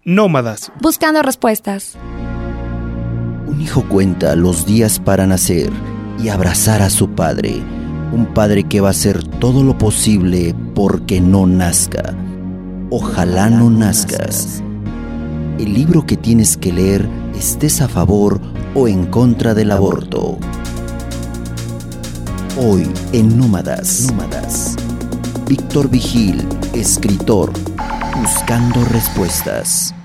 Nómadas. Buscando respuestas. Un hijo cuenta los días para nacer y abrazar a su padre. Un padre que va a hacer todo lo posible porque no nazca. Ojalá no nazcas. El libro que tienes que leer, estés a favor o en contra del aborto. Hoy en Nómadas. Víctor Vigil, escritor, buscando respuestas.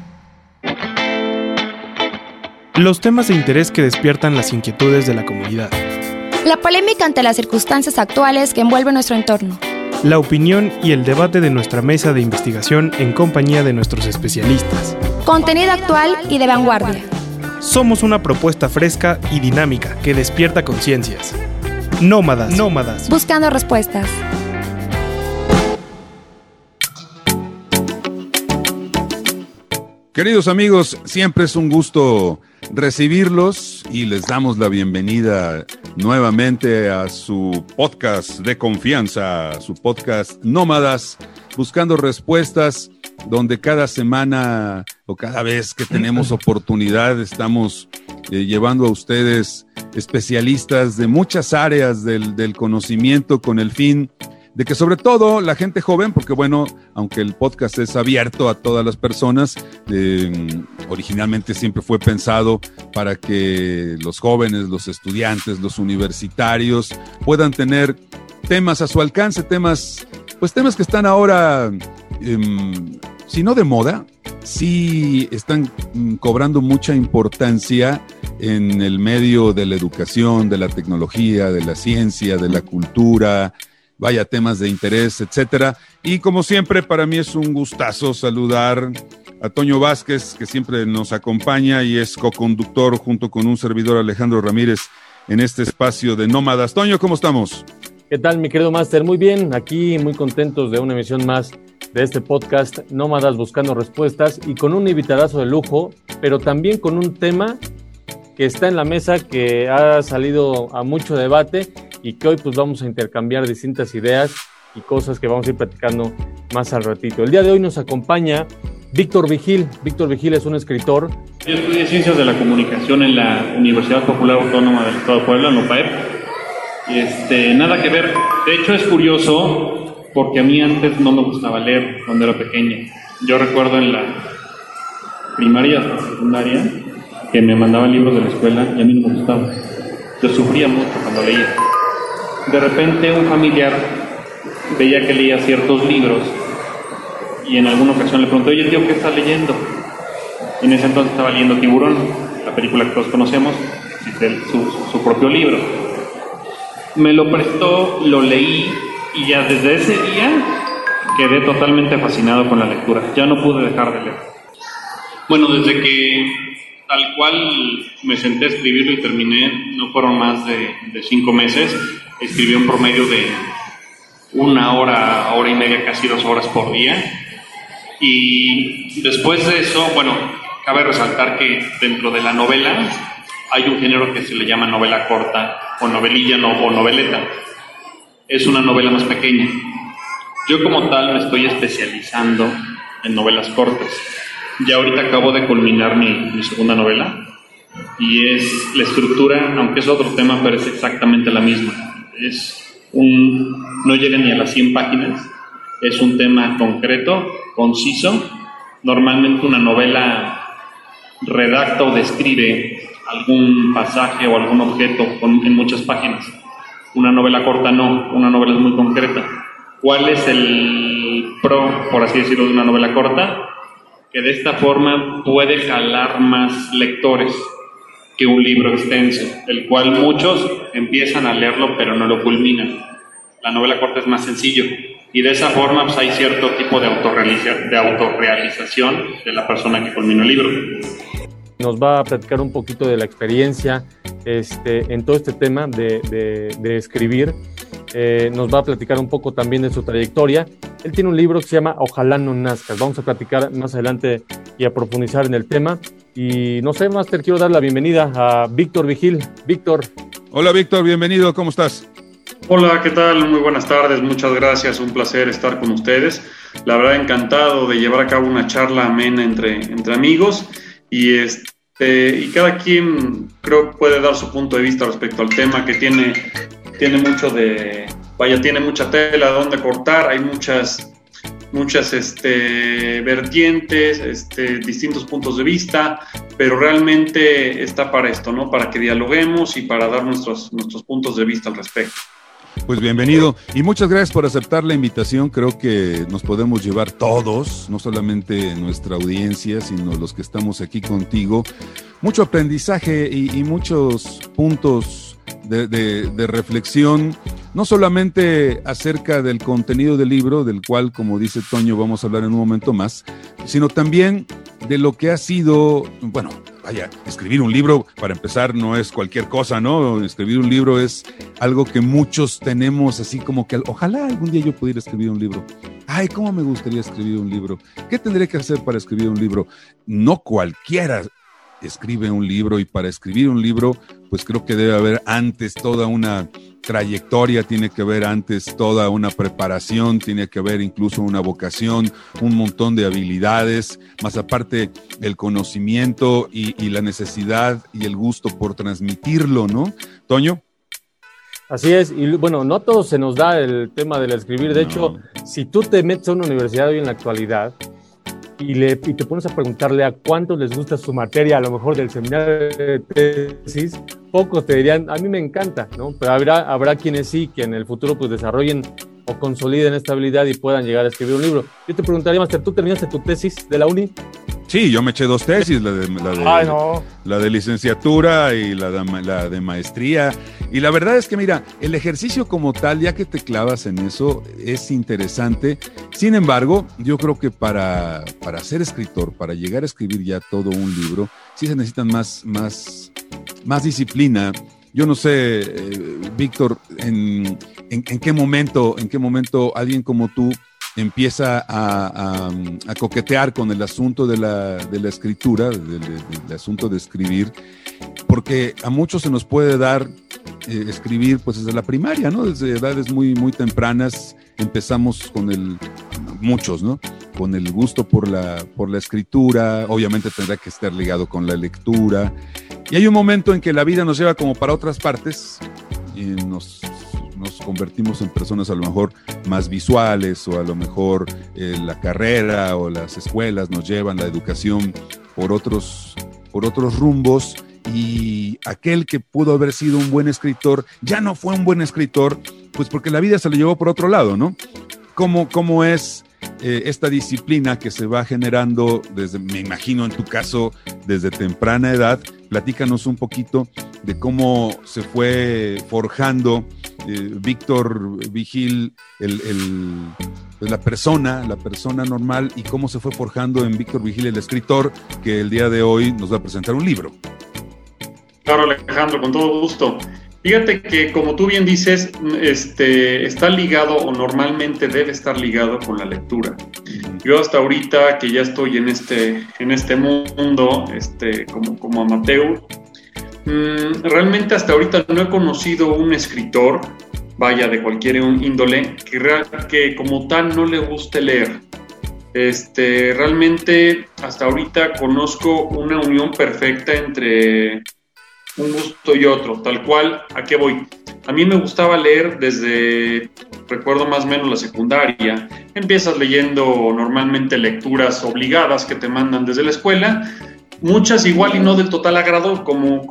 Los temas de interés que despiertan las inquietudes de la comunidad. La polémica ante las circunstancias actuales que envuelven nuestro entorno. La opinión y el debate de nuestra mesa de investigación en compañía de nuestros especialistas. Contenido actual y de vanguardia. Somos una propuesta fresca y dinámica que despierta conciencias. Nómadas. Buscando respuestas. Queridos amigos, siempre es un gusto recibirlos y les damos la bienvenida nuevamente a su podcast de confianza, su podcast Nómadas, buscando respuestas, donde cada semana o cada vez que tenemos oportunidad estamos llevando a ustedes especialistas de muchas áreas del conocimiento con el fin de que sobre todo la gente joven, porque bueno, aunque el podcast es abierto a todas las personas, originalmente siempre fue pensado para que los jóvenes, los estudiantes, los universitarios puedan tener temas a su alcance, temas que están ahora, si no de moda, sí están cobrando mucha importancia en el medio de la educación, de la tecnología, de la ciencia, de la cultura, vaya, temas de interés, etcétera. Y como siempre, para mí es un gustazo saludar a Toño Vázquez, que siempre nos acompaña y es coconductor junto con un servidor, Alejandro Ramírez, en este espacio de Nómadas. Toño, ¿cómo estamos? ¿Qué tal, mi querido máster? Muy bien, aquí muy contentos de una emisión más de este podcast Nómadas Buscando Respuestas y con un invitadazo de lujo, pero también con un tema que está en la mesa, que ha salido a mucho debate y que hoy pues vamos a intercambiar distintas ideas y cosas que vamos a ir platicando más al ratito. El día de hoy nos acompaña Víctor Vigil. Víctor Vigil es un escritor. Yo estudié Ciencias de la Comunicación en la Universidad Popular Autónoma del Estado de Puebla, en la UPAEP. Nada que ver. De hecho, es curioso porque a mí antes no me gustaba leer cuando era pequeño. Yo recuerdo en la primaria hasta secundaria que me mandaban libros de la escuela y a mí no me gustaba. Yo sufría mucho cuando leía. De repente un familiar veía que leía ciertos libros y en alguna ocasión le pregunté: oye tío, ¿qué estás leyendo? Y en ese entonces estaba leyendo Tiburón, la película que todos conocemos, su propio libro. Me lo prestó, lo leí y ya desde ese día quedé totalmente fascinado con la lectura. Ya no pude dejar de leer. Bueno, desde que tal cual me senté a escribirlo y terminé, no fueron más de 5 meses. Escribí un promedio de 1 hora, hora y media, casi 2 horas por día. Y después de eso, bueno, cabe resaltar que dentro de la novela hay un género que se le llama novela corta o novelilla o noveleta. Es una novela más pequeña. Yo como tal me estoy especializando en novelas cortas. Ya ahorita acabo de culminar mi segunda novela y es la estructura, aunque es otro tema, pero es exactamente la misma. No llega ni a las 100 páginas, es un tema concreto, conciso. Normalmente una novela redacta o describe algún pasaje o algún objeto en muchas páginas. Una novela corta no, una novela es muy concreta. ¿Cuál es el pro, por así decirlo, de una novela corta? Que de esta forma puede jalar más lectores que un libro extenso, el cual muchos empiezan a leerlo pero no lo culminan. La novela corta es más sencillo y de esa forma pues, hay cierto tipo de autorrealización de la persona que culminó el libro. Nos va a platicar un poquito de la experiencia en todo este tema de escribir. Nos va a platicar un poco también de su trayectoria. Él tiene un libro que se llama Ojalá no nazcas. Vamos a platicar más adelante y a profundizar en el tema. Y no sé, Máster, quiero dar la bienvenida a Víctor Vigil. Víctor. Hola Víctor, bienvenido, ¿cómo estás? Hola, ¿qué tal? Muy buenas tardes, muchas gracias, un placer estar con ustedes. La verdad, encantado de llevar a cabo una charla amena entre amigos y cada quien creo puede dar su punto de vista respecto al tema, que tiene mucho tiene mucha tela donde cortar, hay muchas vertientes, distintos puntos de vista, pero realmente está para esto, ¿no? Para que dialoguemos y para dar nuestros puntos de vista al respecto. Pues bienvenido y muchas gracias por aceptar la invitación. Creo que nos podemos llevar todos, no solamente nuestra audiencia, sino los que estamos aquí contigo, mucho aprendizaje y muchos puntos de reflexión, no solamente acerca del contenido del libro, del cual, como dice Toño, vamos a hablar en un momento más, sino también de lo que ha sido, bueno, vaya, escribir un libro, para empezar, no es cualquier cosa, ¿no? Escribir un libro es algo que muchos tenemos así como que, ojalá algún día yo pudiera escribir un libro. Ay, ¿cómo me gustaría escribir un libro? ¿Qué tendré que hacer para escribir un libro? No cualquiera escribe un libro, y para escribir un libro, pues creo que debe haber antes toda una trayectoria, tiene que haber antes toda una preparación, tiene que haber incluso una vocación, un montón de habilidades, más aparte el conocimiento y la necesidad y el gusto por transmitirlo, ¿no? Toño. Así es, y bueno, no a todos se nos da el tema del escribir. De hecho, si tú te metes a una universidad hoy en la actualidad y te pones a preguntarle a cuántos les gusta su materia, a lo mejor del seminario de tesis, pocos te dirían, a mí me encanta, ¿no? Pero habrá quienes sí, que en el futuro pues desarrollen o consoliden esta habilidad y puedan llegar a escribir un libro. Yo te preguntaría, Master, ¿tú terminaste tu tesis de la uni? Sí, yo me eché 2 tesis, la de licenciatura y la de maestría. Y la verdad es que, mira, el ejercicio como tal, ya que te clavas en eso, es interesante. Sin embargo, yo creo que para ser escritor, para llegar a escribir ya todo un libro, sí se necesitan más disciplina. Yo no sé, Víctor, en qué momento alguien como tú empieza a coquetear con el asunto de la escritura, del asunto de escribir, porque a muchos se nos puede dar escribir pues desde la primaria, ¿no? Desde edades muy, muy tempranas empezamos muchos, ¿no? Con el gusto por la escritura, obviamente tendrá que estar ligado con la lectura, y hay un momento en que la vida nos lleva como para otras partes y nos convertimos en personas a lo mejor más visuales, o a lo mejor la carrera o las escuelas nos llevan, la educación, por otros rumbos, y aquel que pudo haber sido un buen escritor ya no fue un buen escritor, pues porque la vida se lo llevó por otro lado, ¿no? ¿Cómo es esta disciplina que se va generando desde, me imagino en tu caso, desde temprana edad? Platícanos un poquito de cómo se fue forjando Víctor Vigil, la persona normal, y cómo se fue forjando en Víctor Vigil el escritor, que el día de hoy nos va a presentar un libro. Claro, Alejandro, con todo gusto. Fíjate que, como tú bien dices, está ligado, o normalmente debe estar ligado, con la lectura. Yo hasta ahorita, que ya estoy en este mundo como amateur, realmente hasta ahorita no he conocido un escritor, vaya, de cualquier índole, que como tal no le guste leer. Realmente hasta ahorita conozco una unión perfecta entre un gusto y otro, tal cual. ¿A qué voy? A mí me gustaba leer desde, recuerdo más o menos la secundaria. Empiezas leyendo normalmente lecturas obligadas que te mandan desde la escuela, muchas igual y no del total agrado, como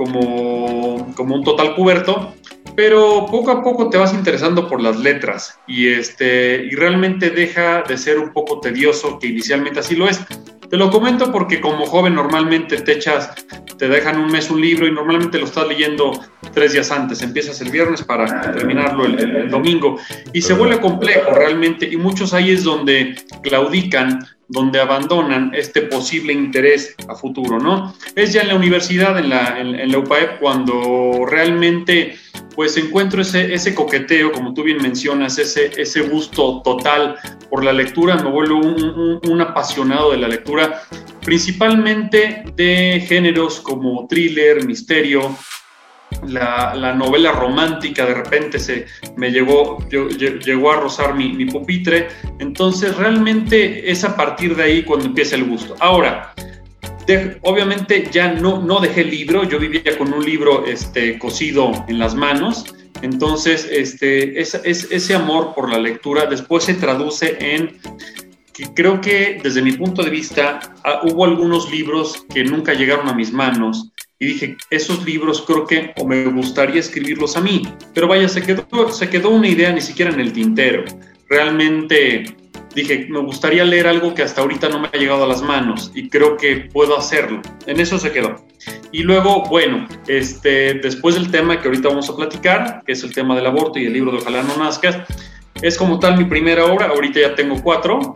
un total puberto, pero poco a poco te vas interesando por las letras y realmente deja de ser un poco tedioso, que inicialmente así lo es. Te lo comento porque como joven normalmente te dejan un mes un libro y normalmente lo estás leyendo 3 días antes. Empiezas el viernes para terminarlo el domingo y se vuelve complejo realmente, y muchos ahí es donde claudican, donde abandonan este posible interés a futuro, ¿no? Es ya en la universidad, en la UPAEP, cuando realmente pues encuentro ese coqueteo, como tú bien mencionas, ese gusto total por la lectura. Me vuelvo un apasionado de la lectura, principalmente de géneros como thriller, misterio, la novela romántica de repente me llegó a rozar mi pupitre. Entonces realmente es a partir de ahí cuando empieza el gusto. Ahora, obviamente ya no dejé el libro, yo vivía con un libro cosido en las manos. Entonces ese amor por la lectura después se traduce en que creo que desde mi punto de vista hubo algunos libros que nunca llegaron a mis manos. Y dije, esos libros creo que o me gustaría escribirlos a mí. Pero vaya, se quedó una idea ni siquiera en el tintero. Realmente dije, me gustaría leer algo que hasta ahorita no me ha llegado a las manos. Y creo que puedo hacerlo. En eso se quedó. Y luego, bueno, después del tema que ahorita vamos a platicar, que es el tema del aborto y el libro de Ojalá no nazcas, es como tal mi primera obra. Ahorita ya tengo cuatro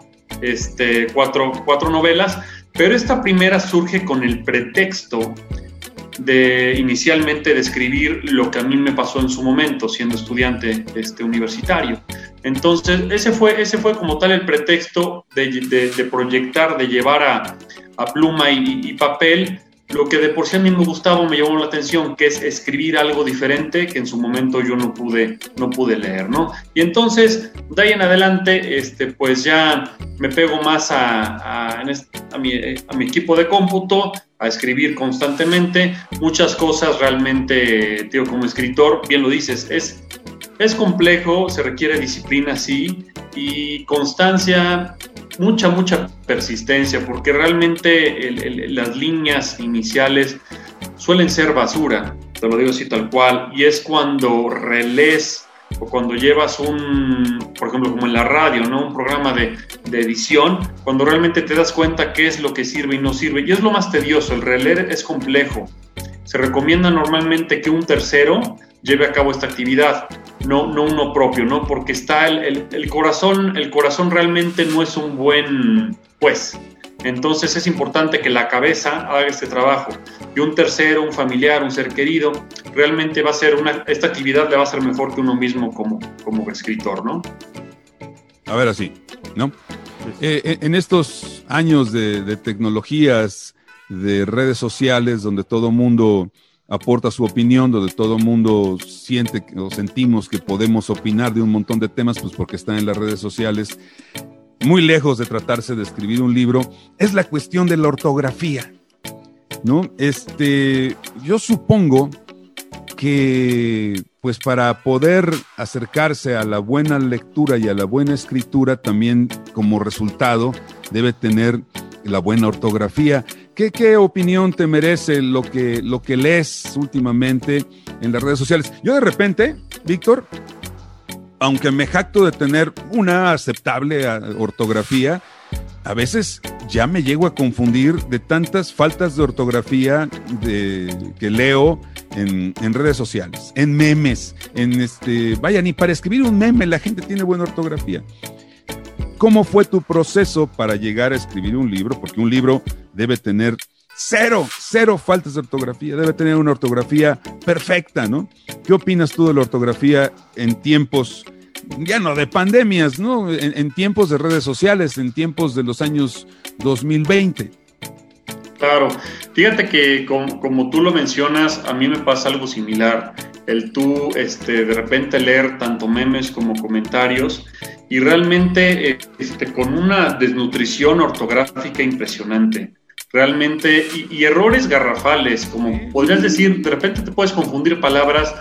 novelas. Pero esta primera surge con el pretexto inicialmente de escribir lo que a mí me pasó en su momento siendo estudiante universitario. Entonces ese fue como tal el pretexto de proyectar, de llevar a pluma y papel lo que de por sí a mí me gustaba, me llamó la atención, que es escribir algo diferente que en su momento yo no pude leer, ¿no? Y entonces, de ahí en adelante, pues ya me pego más a mi equipo de cómputo, a escribir constantemente. Muchas cosas realmente, tío, como escritor, bien lo dices, es complejo, se requiere disciplina, sí, y constancia, mucha persistencia, porque realmente las líneas iniciales suelen ser basura, te lo digo así tal cual, y es cuando relees o cuando llevas por ejemplo, como en la radio, ¿no? Un programa de edición, cuando realmente te das cuenta qué es lo que sirve y no sirve, y es lo más tedioso, el releer es complejo. Se recomienda normalmente que un tercero lleve a cabo esta actividad, no uno propio, ¿no? Porque está el corazón realmente no es un buen juez. Entonces es importante que la cabeza haga este trabajo y un tercero, un familiar, un ser querido, realmente va a ser esta actividad le va a ser mejor que uno mismo como escritor, ¿no? A ver, así, ¿no? En estos años de tecnologías, de redes sociales, donde todo mundo aporta su opinión, donde todo mundo siente o sentimos que podemos opinar de un montón de temas, pues porque están en las redes sociales, muy lejos de tratarse de escribir un libro, es la cuestión de la ortografía, ¿no? Yo supongo que, pues para poder acercarse a la buena lectura y a la buena escritura, también como resultado debe tener la buena ortografía. ¿Qué opinión te merece lo que lees últimamente en las redes sociales? Yo de repente, Víctor, aunque me jacto de tener una aceptable ortografía, a veces ya me llego a confundir de tantas faltas de ortografía que leo en redes sociales, en memes, vaya, ni para escribir un meme la gente tiene buena ortografía. ¿Cómo fue tu proceso para llegar a escribir un libro? Porque un libro debe tener cero faltas de ortografía, debe tener una ortografía perfecta, ¿no? ¿Qué opinas tú de la ortografía en tiempos, ya no de pandemias, ¿no? En tiempos de redes sociales, en tiempos de los años 2020. Claro, fíjate que como tú lo mencionas, a mí me pasa algo similar. El tú de repente leer tanto memes como comentarios y realmente con una desnutrición ortográfica impresionante. Realmente, y errores garrafales, como podrías decir, de repente te puedes confundir palabras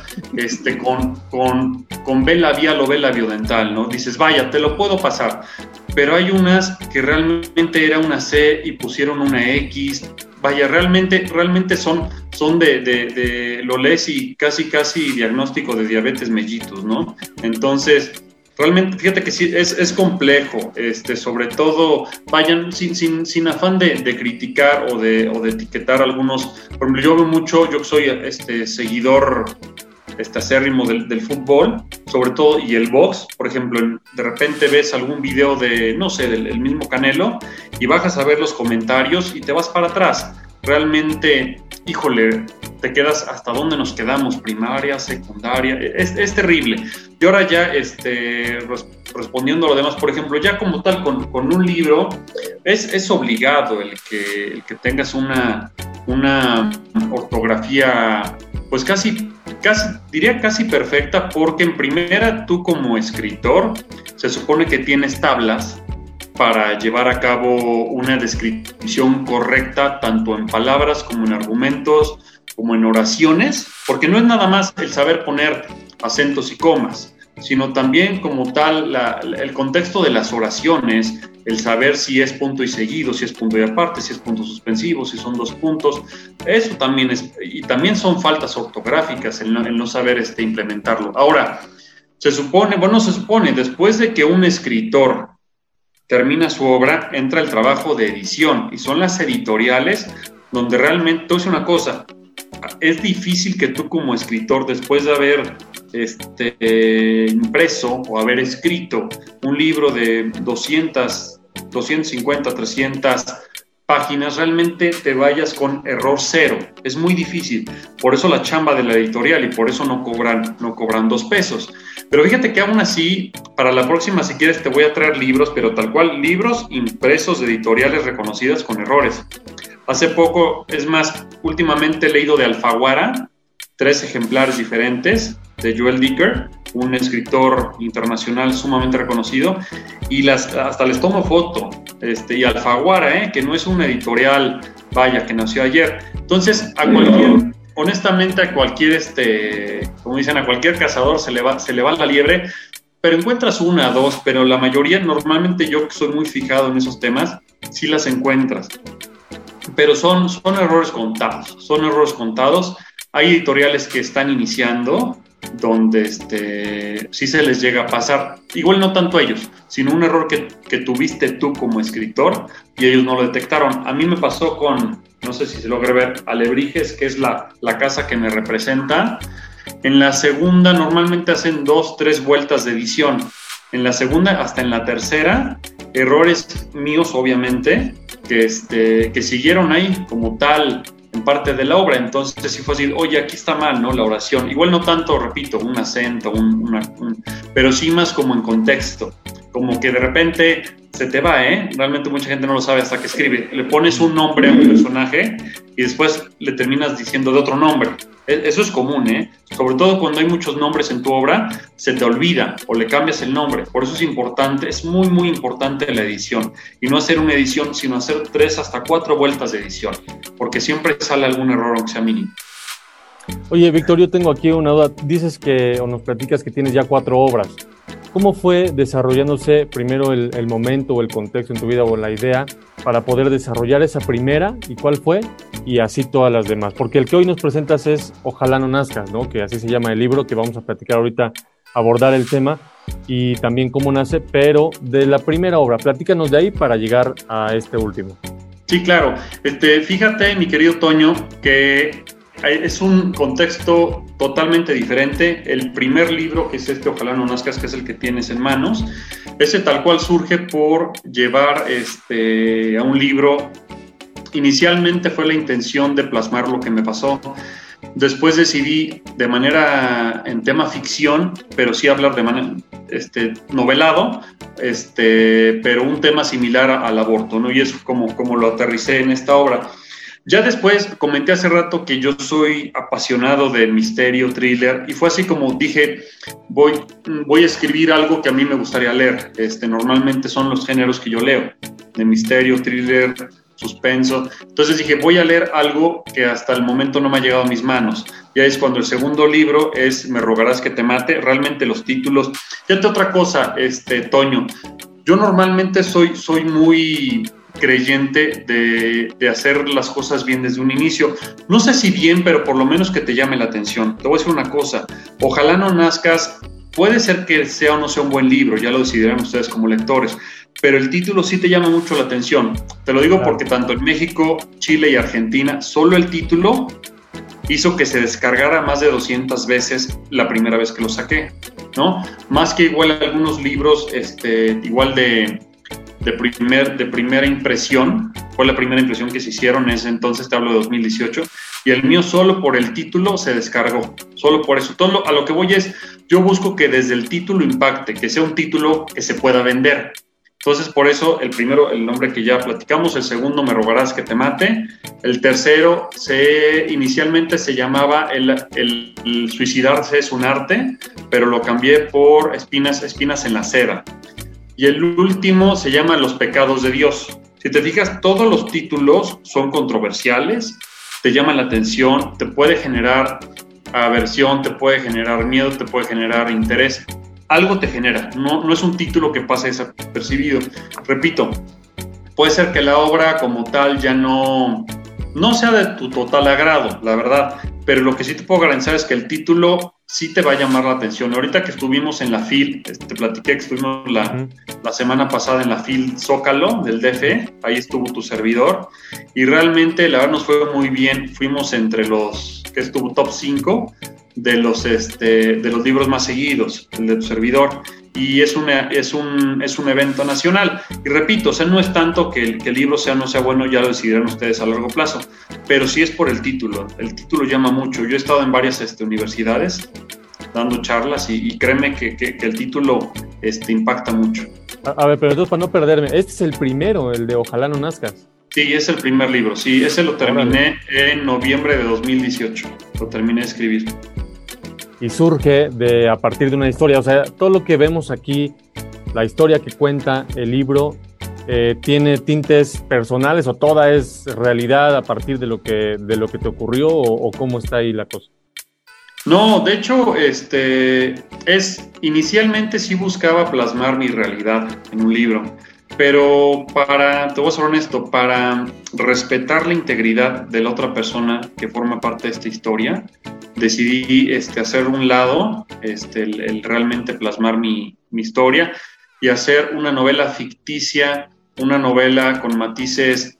con B labial o B labiodental, ¿no? Dices, vaya, te lo puedo pasar, pero hay unas que realmente era una C y pusieron una X, vaya, realmente son de lo lees y casi diagnóstico de diabetes mellitus, ¿no? Entonces, realmente, fíjate que sí, es complejo, sobre todo, vayan sin afán de criticar o de etiquetar algunos. Por ejemplo, yo veo mucho, yo soy seguidor acérrimo del fútbol, sobre todo, y el box, por ejemplo, de repente ves algún video del mismo Canelo, y bajas a ver los comentarios y te vas para atrás. Realmente, híjole, te quedas hasta dónde nos quedamos, primaria, secundaria, es terrible. Y ahora ya, respondiendo a lo demás, por ejemplo, ya como tal, con un libro, es obligado el que tengas una ortografía, pues casi diría casi perfecta, porque en primera tú como escritor se supone que tienes tablas para llevar a cabo una descripción correcta, tanto en palabras como en argumentos, como en oraciones, porque no es nada más el saber poner acentos y comas, sino también como tal el contexto de las oraciones, el saber si es punto y seguido, si es punto y aparte, si es punto suspensivo, si son dos puntos. Eso también es, y también son faltas ortográficas el no saber implementarlo. Ahora, se supone, después de que un escritor termina su obra, entra el trabajo de edición, y son las editoriales donde realmente, te voy a decir una cosa, es difícil que tú como escritor, después de haber impreso o haber escrito un libro de 250, 300 páginas, realmente te vayas con error cero. Es muy difícil. Por eso la chamba de la editorial, y por eso no cobran 2 pesos. Pero fíjate que aún así, para la próxima, si quieres, te voy a traer libros, pero tal cual, libros impresos de editoriales reconocidas con errores. Hace poco, es más, últimamente he leído de Alfaguara 3 ejemplares diferentes de Joel Dicker, un escritor internacional sumamente reconocido, y hasta les tomo foto, y Alfaguara, que no es una editorial, vaya, que nació ayer. Entonces, honestamente, a cualquier, como dicen, a cualquier cazador se le va la liebre, pero encuentras 1 o 2, pero la mayoría, normalmente yo que soy muy fijado en esos temas, sí las encuentras. Pero son errores contados, Hay editoriales que están iniciando, donde sí se les llega a pasar, igual no tanto a ellos, sino un error que tuviste tú como escritor y ellos no lo detectaron. A mí me pasó con, no sé si se logra ver, Alebrijes, que es la casa que me representa. En la segunda normalmente hacen 2, 3 vueltas de edición. En la segunda, hasta en la tercera, errores míos, obviamente, que siguieron ahí como tal en parte de la obra. Entonces sí fue así, oye, aquí está mal, ¿no? La oración. Igual no tanto, repito, un acento, pero sí más como en contexto. Como que de repente se te va, Realmente mucha gente no lo sabe hasta que escribe. Le pones un nombre a un personaje y después le terminas diciendo de otro nombre. Eso es común, Sobre todo cuando hay muchos nombres en tu obra, se te olvida o le cambias el nombre. Por eso es importante, es muy, muy importante la edición. Y no hacer una edición, sino hacer 3 hasta 4 vueltas de edición. Porque siempre sale algún error, aunque sea mínimo. Oye, Víctor, yo tengo aquí una duda. Dices o nos platicas que tienes ya 4 obras. ¿Cómo fue desarrollándose primero el momento o el contexto en tu vida o la idea para poder desarrollar esa primera, y cuál fue, y así todas las demás? Porque el que hoy nos presentas es Ojalá no nazcas, ¿no? Que así se llama el libro, que vamos a platicar ahorita, abordar el tema y también cómo nace, pero de la primera obra, platícanos de ahí para llegar a este último. Sí, claro. Fíjate, mi querido Toño, que es un contexto totalmente diferente. El primer libro, que es Ojalá no nazcas, que es el que tienes en manos, ese tal cual surge por llevar a un libro. Inicialmente fue la intención de plasmar lo que me pasó. Después decidí de manera en tema ficción, pero sí hablar de manera novelado, pero un tema similar al aborto, ¿no? Y eso como lo aterricé en esta obra. Ya después comenté hace rato que yo soy apasionado de misterio, thriller, y fue así como dije, voy a escribir algo que a mí me gustaría leer. Normalmente son los géneros que yo leo, de misterio, thriller, suspenso. Entonces dije, voy a leer algo que hasta el momento no me ha llegado a mis manos. Ya es cuando el segundo libro es Me rogarás que te mate. Realmente los títulos... Fíjate otra cosa, Toño. Yo normalmente soy muy creyente de hacer las cosas bien desde un inicio. No sé si bien, pero por lo menos que te llame la atención. Te voy a decir una cosa. Ojalá no nazcas. Puede ser que sea o no sea un buen libro, ya lo decidirán ustedes como lectores, pero el título sí te llama mucho la atención. Te lo digo porque tanto en México, Chile y Argentina, solo el título hizo que se descargara más de 200 veces la primera vez que lo saqué, ¿no? Más que igual algunos libros, igual de primera impresión, fue la primera impresión que se hicieron, en ese entonces te hablo de 2018, y el mío solo por el título se descargó, solo por eso. A lo que voy es, yo busco que desde el título impacte, que sea un título que se pueda vender, Entonces, por eso, el primero, el nombre que ya platicamos, el segundo, Me rogarás que te mate, el tercero, inicialmente se llamaba el suicidarse es un arte, pero lo cambié por espinas en la acera. Y el último se llama Los pecados de Dios. Si te fijas, todos los títulos son controversiales, te llaman la atención, te puede generar aversión, te puede generar miedo, te puede generar interés. Algo te genera, no es un título que pase desapercibido. Repito, puede ser que la obra como tal ya no sea de tu total agrado, la verdad, pero lo que sí te puedo garantizar es que el título sí te va a llamar la atención. Ahorita que estuvimos en la FIL, te platiqué que estuvimos la semana pasada en la FIL Zócalo del DF, ahí estuvo tu servidor, y realmente la verdad nos fue muy bien. Fuimos entre los que estuvo top 5 de los libros más seguidos, el de tu servidor, y es un evento nacional. Y repito, o sea, no es tanto que el libro sea o no sea bueno, ya lo decidirán ustedes a largo plazo, pero sí es por el título llama mucho. Yo he estado en varias universidades dando charlas y créeme que el título impacta mucho. A ver, pero entonces, para no perderme, este es el primero, el de Ojalá no nazcas. Sí, es el primer libro, sí, ese lo terminé en noviembre de 2018, lo terminé de escribir. Y surge a partir de una historia, o sea, todo lo que vemos aquí, la historia que cuenta el libro, ¿tiene tintes personales o toda es realidad a partir de lo que te ocurrió o cómo está ahí la cosa? No, de hecho, inicialmente sí buscaba plasmar mi realidad en un libro, pero te voy a ser honesto, para respetar la integridad de la otra persona que forma parte de esta historia, decidí hacer un lado, el realmente plasmar mi historia y hacer una novela ficticia, una novela con matices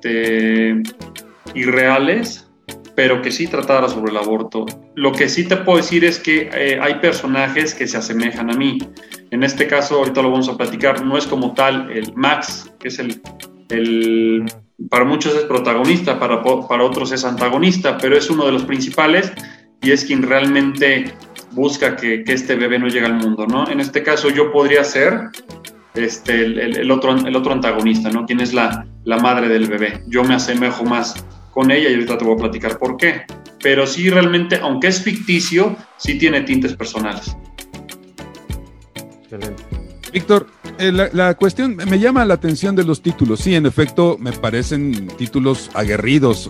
irreales, pero que sí tratara sobre el aborto. Lo que sí te puedo decir es que hay personajes que se asemejan a mí. En este caso, ahorita lo vamos a platicar, no es como tal el Max, que es para muchos es protagonista, para otros es antagonista, pero es uno de los principales y es quien realmente busca que este bebé no llegue al mundo, ¿no? En este caso yo podría ser el otro antagonista, ¿no? Quien es la madre del bebé. Yo me asemejo más con ella y ahorita te voy a platicar por qué. Pero sí, realmente, aunque es ficticio, sí tiene tintes personales. Excelente. Víctor, la cuestión me llama la atención de los títulos. Sí, en efecto, me parecen títulos aguerridos,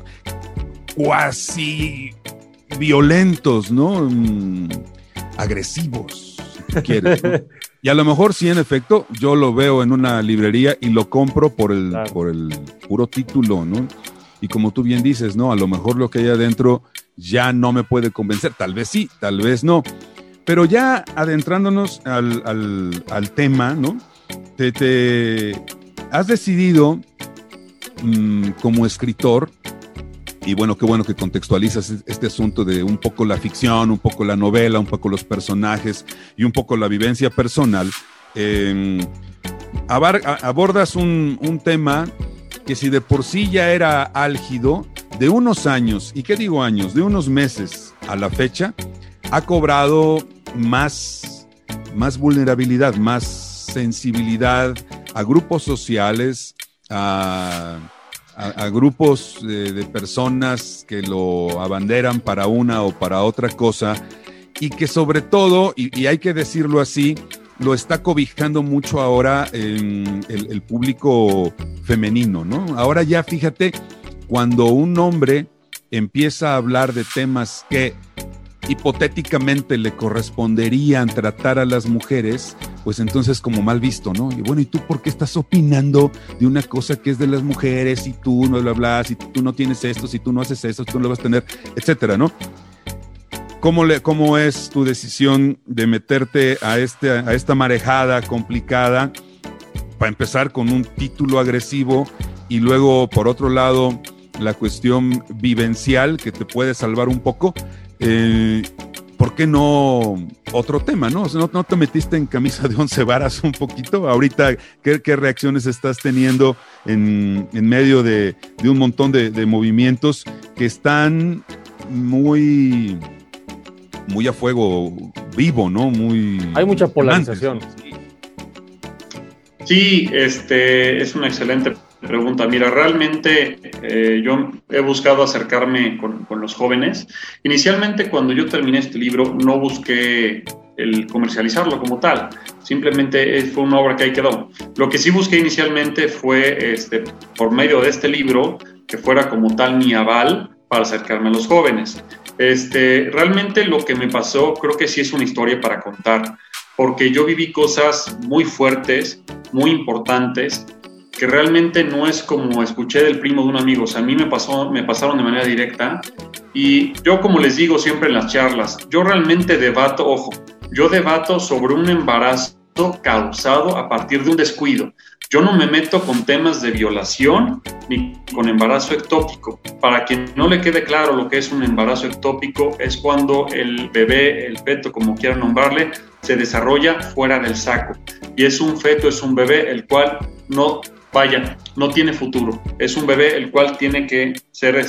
cuasi violentos, ¿no? Agresivos, si tú quieres, ¿no? Y a lo mejor sí, en efecto, yo lo veo en una librería y lo compro por el puro título, ¿no? Y como tú bien dices, ¿no? A lo mejor lo que hay adentro ya no me puede convencer. Tal vez sí, tal vez no. Pero ya adentrándonos al tema, ¿no? Te has decidido como escritor, y bueno, qué bueno que contextualizas este asunto de un poco la ficción, un poco la novela, un poco los personajes y un poco la vivencia personal. Abordas un tema que si de por sí ya era álgido, de unos años, ¿y qué digo años? De unos meses a la fecha, ha cobrado más vulnerabilidad, más sensibilidad a grupos sociales, a grupos de personas que lo abanderan para una o para otra cosa, y que sobre todo, y hay que decirlo así, lo está cobijando mucho ahora el público femenino, ¿no? Ahora ya fíjate, cuando un hombre empieza a hablar de temas que hipotéticamente le corresponderían tratar a las mujeres, pues entonces como mal visto, ¿no? Y bueno, ¿y tú por qué estás opinando de una cosa que es de las mujeres y tú no bla bla, si tú no tienes esto, si tú no haces eso, tú no lo vas a tener, etcétera, ¿no? ¿Cómo es tu decisión de meterte a esta marejada complicada, para empezar con un título agresivo y luego, por otro lado, la cuestión vivencial que te puede salvar un poco? ¿Por qué no otro tema, no? O sea, ¿no te metiste en camisa de 11 varas un poquito? Ahorita, ¿qué reacciones estás teniendo en medio de un montón de movimientos que están muy a fuego vivo, ¿no? Hay mucha polarización. Sí, es una excelente pregunta. Mira, realmente yo he buscado acercarme con los jóvenes. Inicialmente, cuando yo terminé este libro, no busqué el comercializarlo como tal. Simplemente fue una obra que ahí quedó. Lo que sí busqué inicialmente fue, por medio de este libro, que fuera como tal mi aval para acercarme a los jóvenes. Realmente lo que me pasó, creo que sí es una historia para contar, porque yo viví cosas muy fuertes, muy importantes, que realmente no es como escuché del primo de un amigo. O sea, a mí me pasaron de manera directa, y yo, como les digo siempre en las charlas, yo realmente debato sobre un embarazo causado a partir de un descuido. Yo no me meto con temas de violación ni con embarazo ectópico. Para quien no le quede claro lo que es un embarazo ectópico, es cuando el bebé, el feto, como quieran nombrarle, se desarrolla fuera del saco. Y es un feto, es un bebé el cual no tiene futuro. Es un bebé el cual tiene que ser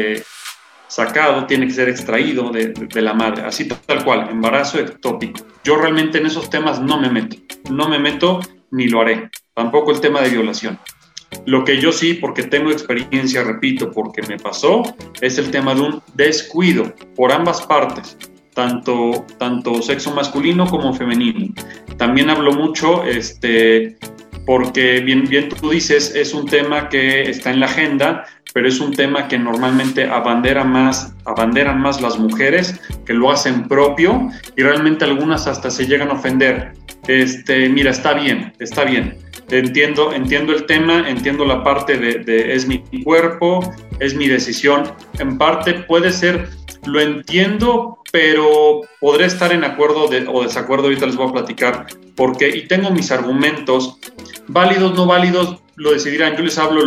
sacado, tiene que ser extraído de la madre, así tal cual, embarazo ectópico. Yo realmente en esos temas no me meto ni lo haré, tampoco el tema de violación. Lo que yo sí, porque tengo experiencia, repito, porque me pasó, es el tema de un descuido por ambas partes, tanto sexo masculino como femenino. También hablo mucho, porque bien tú dices, es un tema que está en la agenda, pero es un tema que normalmente abanderan más las mujeres, que lo hacen propio, y realmente algunas hasta se llegan a ofender. Mira, está bien, entiendo el tema, entiendo la parte de es mi cuerpo, es mi decisión. En parte puede ser, lo entiendo, pero podré estar en acuerdo o desacuerdo. Ahorita les voy a platicar y tengo mis argumentos, válidos, no válidos, lo decidirán. Yo les hablo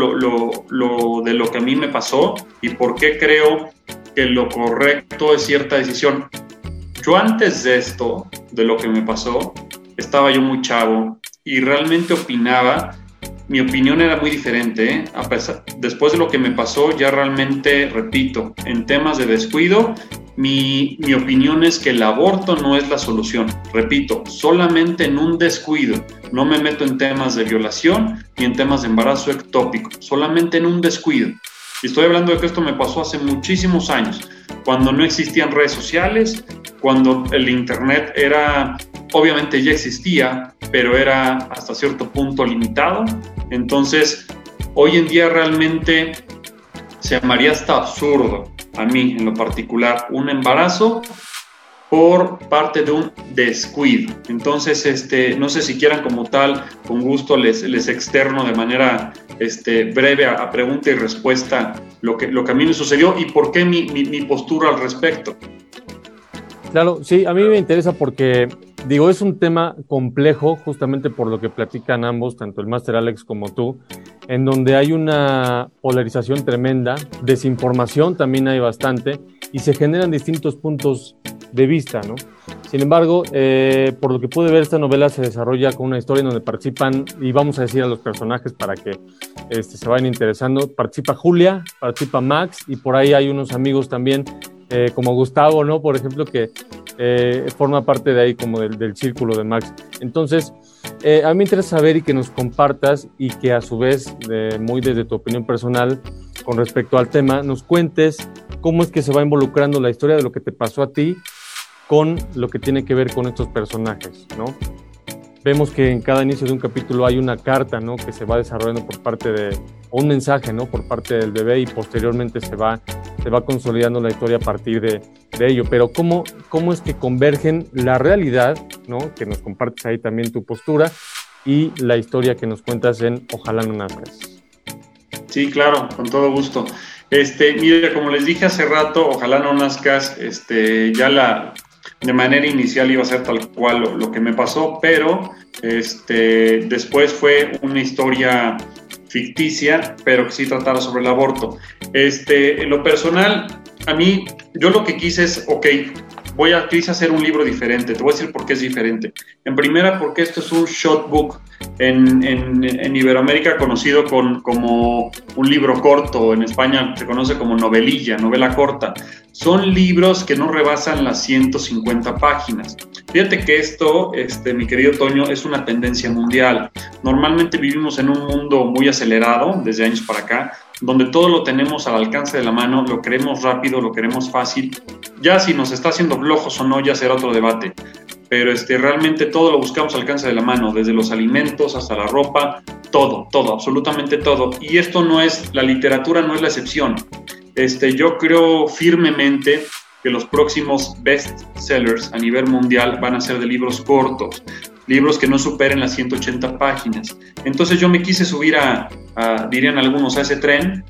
de lo que a mí me pasó y por qué creo que lo correcto es cierta decisión. Yo antes de esto, de lo que me pasó, estaba yo muy chavo y realmente opinaba, mi opinión era muy diferente, después de lo que me pasó, ya realmente, repito, en temas de descuido, mi opinión es que el aborto no es la solución. Repito, solamente en un descuido. No me meto en temas de violación ni en temas de embarazo ectópico, solamente en un descuido. Y estoy hablando de que esto me pasó hace muchísimos años, cuando no existían redes sociales, cuando el internet obviamente ya existía, pero era hasta cierto punto limitado. Entonces, hoy en día realmente se me haría hasta absurdo, a mí en lo particular, un embarazo por parte de un descuido. Entonces, no sé si quieran como tal, con gusto les externo de manera breve a pregunta y respuesta lo que a mí me sucedió y por qué mi postura al respecto. Claro, sí, a mí me interesa porque, es un tema complejo, justamente por lo que platican ambos, tanto el Máster Alex como tú, en donde hay una polarización tremenda, desinformación también hay bastante, y se generan distintos puntos de vista, ¿no? Sin embargo, por lo que pude ver, esta novela se desarrolla con una historia en donde participan, y vamos a decir a los personajes para que se vayan interesando, participa Julia, participa Max, y por ahí hay unos amigos también, como Gustavo, ¿no? Por ejemplo, que forma parte de ahí como del círculo de Max. Entonces, a mí me interesa saber y que nos compartas y que a su vez, muy desde tu opinión personal con respecto al tema, nos cuentes cómo es que se va involucrando la historia de lo que te pasó a ti con lo que tiene que ver con estos personajes, ¿no? Vemos que en cada inicio de un capítulo hay una carta, ¿no? Que se va desarrollando por parte o un mensaje, ¿no? Por parte del bebé, y posteriormente se va consolidando la historia a partir de ello. Pero ¿cómo es que convergen la realidad, ¿no? Que nos compartes ahí también tu postura, y la historia que nos cuentas en Ojalá no nazcas? Sí, claro, con todo gusto. Mira, como les dije hace rato, Ojalá no nazcas, de manera inicial iba a ser tal cual lo que me pasó, pero después fue una historia ficticia, pero que sí tratara sobre el aborto. En lo personal, a mí, yo lo que quise es, quise hacer un libro diferente. Te voy a decir por qué es diferente. En primera, porque esto es un short book, en Iberoamérica conocido como un libro corto, en España se conoce como novela corta. Son libros que no rebasan las 150 páginas. Fíjate que esto, mi querido Toño, es una tendencia mundial. Normalmente vivimos en un mundo muy acelerado, desde años para acá, donde todo lo tenemos al alcance de la mano, lo queremos rápido, lo queremos fácil. Ya si nos está haciendo flojos o no, ya será otro debate. Pero realmente todo lo buscamos al alcance de la mano, desde los alimentos hasta la ropa, todo, absolutamente todo. Y esto no es, la literatura no es la excepción. Yo creo firmemente que los próximos best sellers a nivel mundial van a ser de libros cortos, libros que no superen las 180 páginas. Entonces yo me quise subir dirían algunos, a ese tren,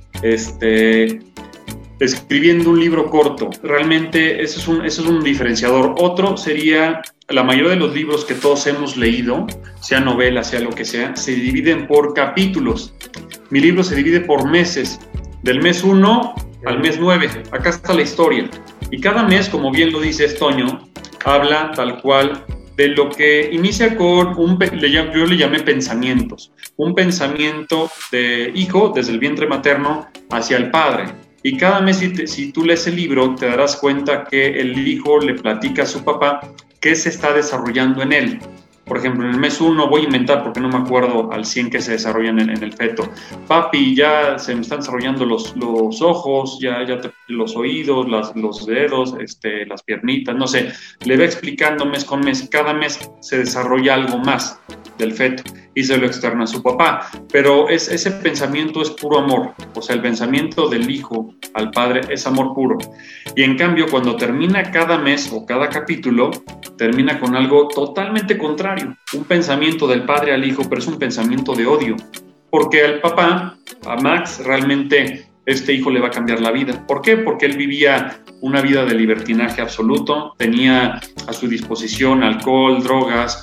escribiendo un libro corto. Realmente eso es un diferenciador. Otro sería, la mayoría de los libros que todos hemos leído, sea novela, sea lo que sea, se dividen por capítulos. Mi libro se divide por meses, del mes 1 al mes 9. Acá está la historia. Y cada mes, como bien lo dice Toño, habla tal cual de lo que inicia con yo le llamé pensamientos. Un pensamiento de hijo desde el vientre materno hacia el padre. Y cada mes, si tú lees el libro, te darás cuenta que el hijo le platica a su papá qué se está desarrollando en él. Por ejemplo, en el mes 1, voy a inventar porque no me acuerdo al 100 que se desarrollan en el feto. Papi, ya se me están desarrollando los ojos, los oídos, los dedos, las piernitas, no sé. Le va explicando mes con mes. Cada mes se desarrolla algo más del feto y se lo externa a su papá. Pero ese pensamiento es puro amor. O sea, el pensamiento del hijo al padre es amor puro. Y en cambio, cuando termina cada mes o cada capítulo, termina con algo totalmente contrario. Un pensamiento del padre al hijo, pero es un pensamiento de odio. Porque al papá, a Max, realmente este hijo le va a cambiar la vida. ¿Por qué? Porque él vivía una vida de libertinaje absoluto, tenía a su disposición alcohol, drogas,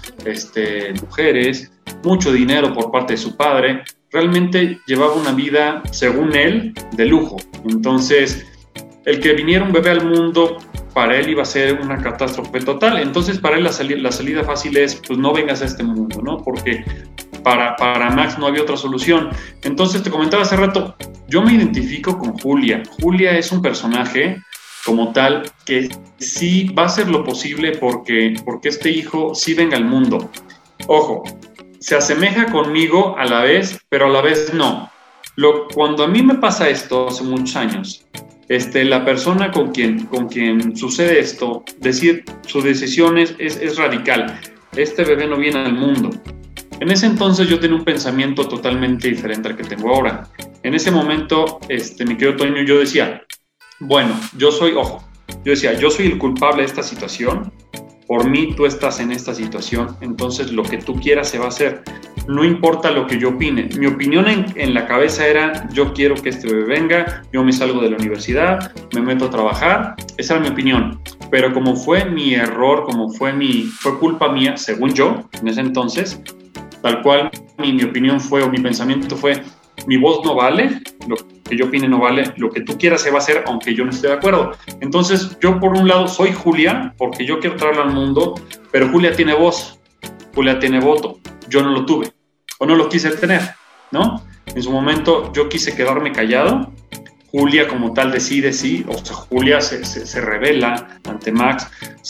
mujeres, mucho dinero por parte de su padre. Realmente llevaba una vida, según él, de lujo. Entonces, el que viniera un bebé al mundo, para él iba a ser una catástrofe total. Entonces, para él la salida fácil es, pues no vengas a este mundo, ¿no? Porque para Max no había otra solución. Entonces, te comentaba hace rato, yo me identifico con Julia. Julia es un personaje como tal que sí va a hacer lo posible porque este hijo sí venga al mundo. Ojo, se asemeja conmigo a la vez, pero a la vez no. Cuando a mí me pasa esto hace muchos años, la persona con quien sucede esto, su decisión es radical. Este bebé no viene al mundo. En ese entonces yo tenía un pensamiento totalmente diferente al que tengo ahora. En ese momento, mi querido Toño, yo decía, bueno, yo soy el culpable de esta situación. Por mí tú estás en esta situación, entonces lo que tú quieras se va a hacer. No importa lo que yo opine. Mi opinión en la cabeza era, yo quiero que este bebé venga, yo me salgo de la universidad, me meto a trabajar. Esa era mi opinión. Pero como fue mi error, fue culpa mía, según yo, en ese entonces, tal cual mi opinión fue, o mi pensamiento fue, mi voz no vale, lo que yo opine no vale, lo que tú quieras se va a hacer, aunque yo no esté de acuerdo. Entonces, yo por un lado soy Julia, porque yo quiero traerla al mundo, pero Julia tiene voz, Julia tiene voto, yo no lo tuve, o no lo quise tener, ¿no? En su momento yo quise quedarme callado, Julia como tal decide sí, o sea, Julia se revela ante Max,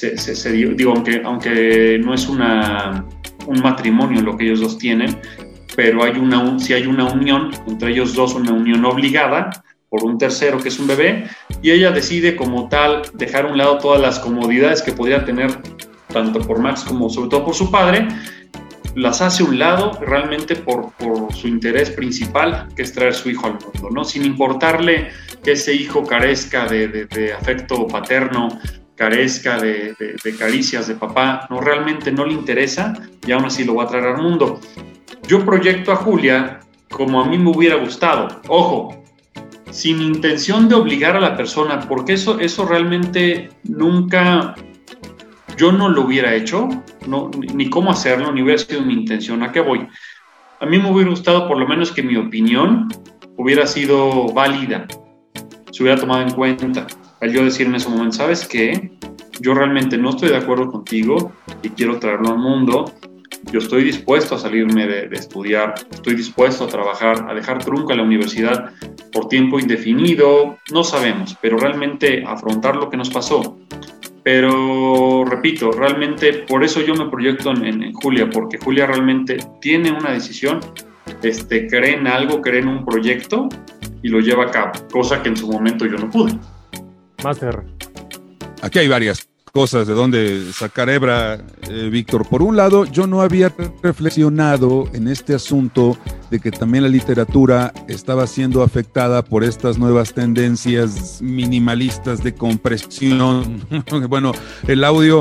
aunque no es un matrimonio lo que ellos dos tienen, pero sí hay una unión entre ellos dos, una unión obligada por un tercero que es un bebé, y ella decide como tal dejar a un lado todas las comodidades que podría tener tanto por Max como sobre todo por su padre, las hace a un lado realmente por su interés principal, que es traer su hijo al mundo, ¿no? Sin importarle que ese hijo carezca de afecto paterno, carezca de caricias de papá, no, realmente no le interesa y aún así lo va a traer al mundo. Yo proyecto a Julia como a mí me hubiera gustado, ojo, sin intención de obligar a la persona, porque eso realmente nunca, yo no lo hubiera hecho, no, ni cómo hacerlo, ni hubiera sido mi intención. ¿A qué voy? A mí me hubiera gustado por lo menos que mi opinión hubiera sido válida, se hubiera tomado en cuenta. Al yo decir en ese momento, ¿sabes qué? Yo realmente no estoy de acuerdo contigo y quiero traerlo al mundo. Yo estoy dispuesto a salirme de estudiar, estoy dispuesto a trabajar, a dejar trunca la universidad por tiempo indefinido, no sabemos, pero realmente afrontar lo que nos pasó. Pero repito, realmente por eso yo me proyecto en Julia, porque Julia realmente tiene una decisión, cree en algo, cree en un proyecto y lo lleva a cabo, cosa que en su momento yo no pude. Máster. Aquí hay varias cosas de donde sacar hebra, Víctor. Por un lado, yo no había reflexionado en este asunto de que también la literatura estaba siendo afectada por estas nuevas tendencias minimalistas de compresión. Bueno, el audio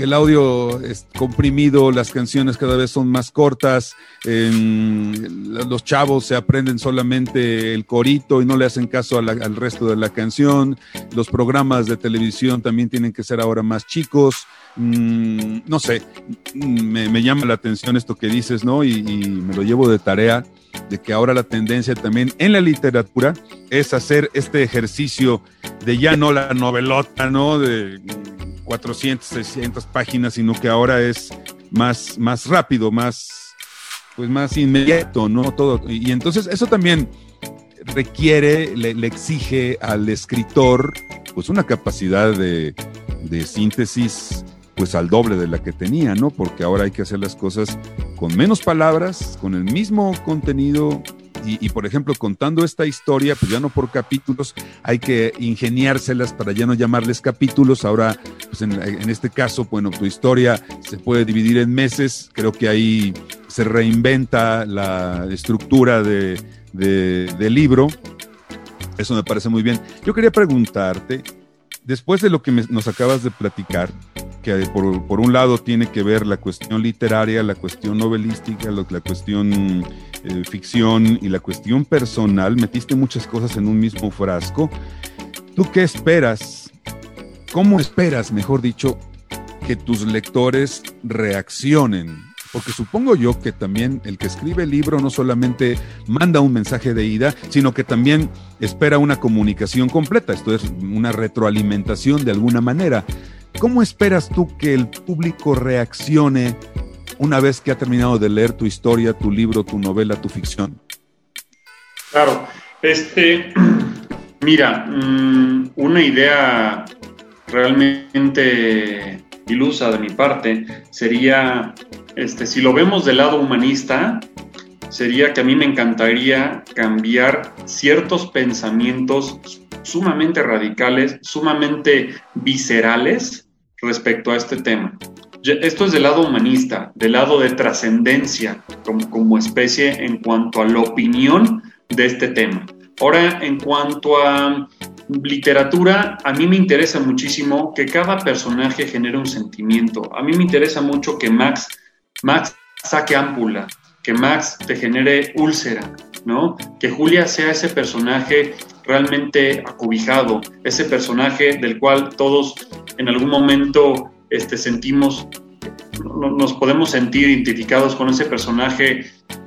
es comprimido, las canciones cada vez son más cortas, los chavos se aprenden solamente el corito y no le hacen caso al resto de la canción. Los programas de televisión también tienen que ser ahora más chicos. No sé, me llama la atención esto que dices, ¿no? Y me lo llevo de tarea, de que ahora la tendencia también en la literatura es hacer este ejercicio de ya no la novelota, ¿no? De 400, 600 páginas, sino que ahora es más rápido, más inmediato, ¿no? Todo. Y entonces eso también requiere, le exige al escritor pues una capacidad de síntesis pues al doble de la que tenía, ¿no? Porque ahora hay que hacer las cosas con menos palabras, con el mismo contenido y por ejemplo, contando esta historia, pues ya no por capítulos, hay que ingeniárselas para ya no llamarles capítulos. Ahora, pues en este caso, bueno, tu historia se puede dividir en meses. Creo que ahí se reinventa la estructura del libro. Eso me parece muy bien. Yo quería preguntarte, después de lo que nos acabas de platicar, que por un lado tiene que ver la cuestión literaria, la cuestión novelística, la cuestión ficción y la cuestión personal, metiste muchas cosas en un mismo frasco. ¿Tú qué esperas? ¿Cómo esperas, mejor dicho, que tus lectores reaccionen? Porque supongo yo que también el que escribe el libro no solamente manda un mensaje de ida, sino que también espera una comunicación completa. Esto es una retroalimentación de alguna manera. ¿Cómo esperas tú que el público reaccione una vez que ha terminado de leer tu historia, tu libro, tu novela, tu ficción? Claro, mira, una idea realmente ilusa de mi parte sería, si lo vemos del lado humanista, sería que a mí me encantaría cambiar ciertos pensamientos sumamente radicales, sumamente viscerales respecto a este tema. Esto es del lado humanista, del lado de trascendencia como especie en cuanto a la opinión de este tema. Ahora, en cuanto a literatura, a mí me interesa muchísimo que cada personaje genere un sentimiento. A mí me interesa mucho que Max saque ámpula, que Max te genere úlcera, ¿no? Que Julia sea ese personaje realmente acobijado, ese personaje del cual todos en algún momento sentimos, nos podemos sentir identificados con ese personaje,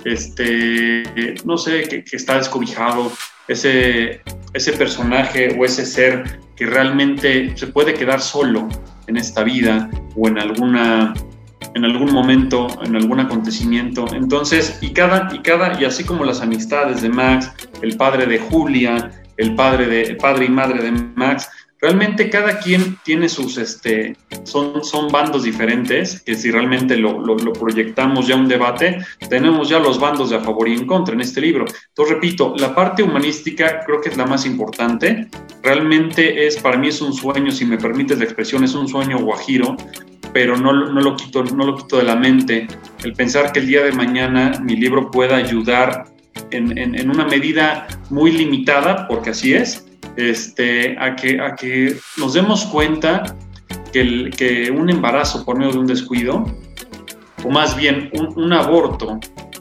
no sé, que está descobijado, ese personaje o ese ser que realmente se puede quedar solo en esta vida o en algún momento, en algún acontecimiento. Entonces, y así como las amistades de Max, el padre de Julia, el padre y madre de Max, realmente cada quien tiene sus, son bandos diferentes, que si realmente lo proyectamos ya a un debate, tenemos ya los bandos de a favor y en contra en este libro. Entonces, repito, la parte humanística creo que es la más importante. Realmente para mí es un sueño, si me permites la expresión, es un sueño guajiro, pero no lo quito de la mente el pensar que el día de mañana mi libro pueda ayudar en una medida muy limitada, porque así es, a que nos demos cuenta que un embarazo por medio de un descuido, o más bien un aborto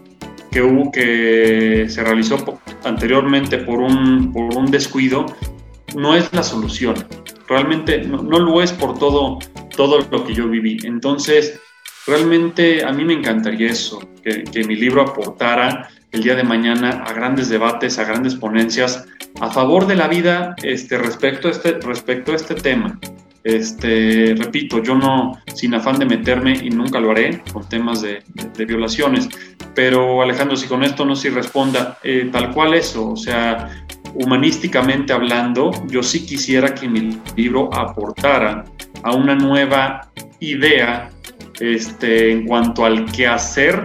que se realizó anteriormente por un descuido, no es la solución. Realmente no lo es por todo lo que yo viví. Entonces, realmente a mí me encantaría eso, que mi libro aportara el día de mañana a grandes debates, a grandes ponencias a favor de la vida respecto a este tema. Repito, yo no, sin afán de meterme, y nunca lo haré, con temas de violaciones, pero Alejandro, si con esto no se responda, tal cual eso, o sea, humanísticamente hablando, yo sí quisiera que mi libro aportara a una nueva idea en cuanto al qué hacer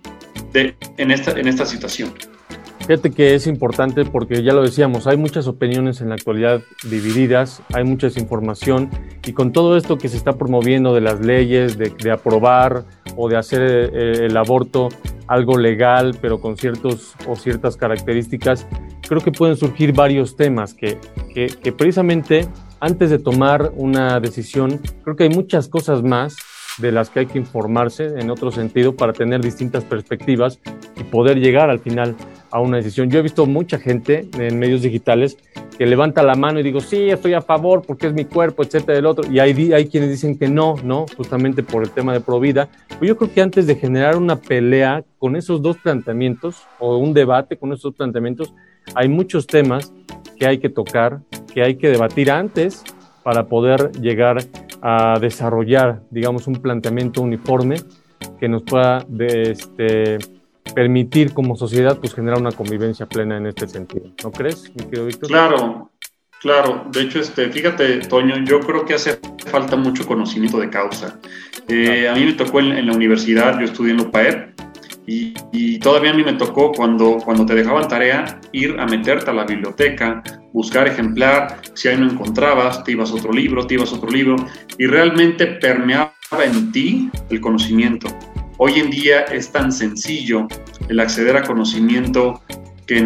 en esta situación. Fíjate que es importante porque ya lo decíamos, hay muchas opiniones en la actualidad divididas, hay mucha desinformación, y con todo esto que se está promoviendo de las leyes, de aprobar o de hacer el aborto algo legal, pero con ciertas características, creo que pueden surgir varios temas que precisamente antes de tomar una decisión, creo que hay muchas cosas más de las que hay que informarse en otro sentido para tener distintas perspectivas y poder llegar al final a una decisión. Yo he visto mucha gente en medios digitales que levanta la mano y digo, sí, estoy a favor porque es mi cuerpo, etcétera, el otro, y hay quienes dicen que no, justamente por el tema de Provida. Pero yo creo que antes de generar una pelea con esos dos planteamientos o un debate con esos dos planteamientos, hay muchos temas que hay que tocar, que hay que debatir antes para poder llegar a desarrollar, digamos, un planteamiento uniforme que nos pueda permitir como sociedad pues generar una convivencia plena en este sentido. ¿No crees, mi querido Víctor? Claro. De hecho, fíjate, Toño, yo creo que hace falta mucho conocimiento de causa. A mí me tocó en la universidad, yo estudié en la UPAEP, y todavía a mí me tocó cuando te dejaban tarea ir a meterte a la biblioteca, buscar ejemplar, si ahí no encontrabas, te ibas a otro libro, y realmente permeaba en ti el conocimiento. Hoy en día es tan sencillo el acceder a conocimiento que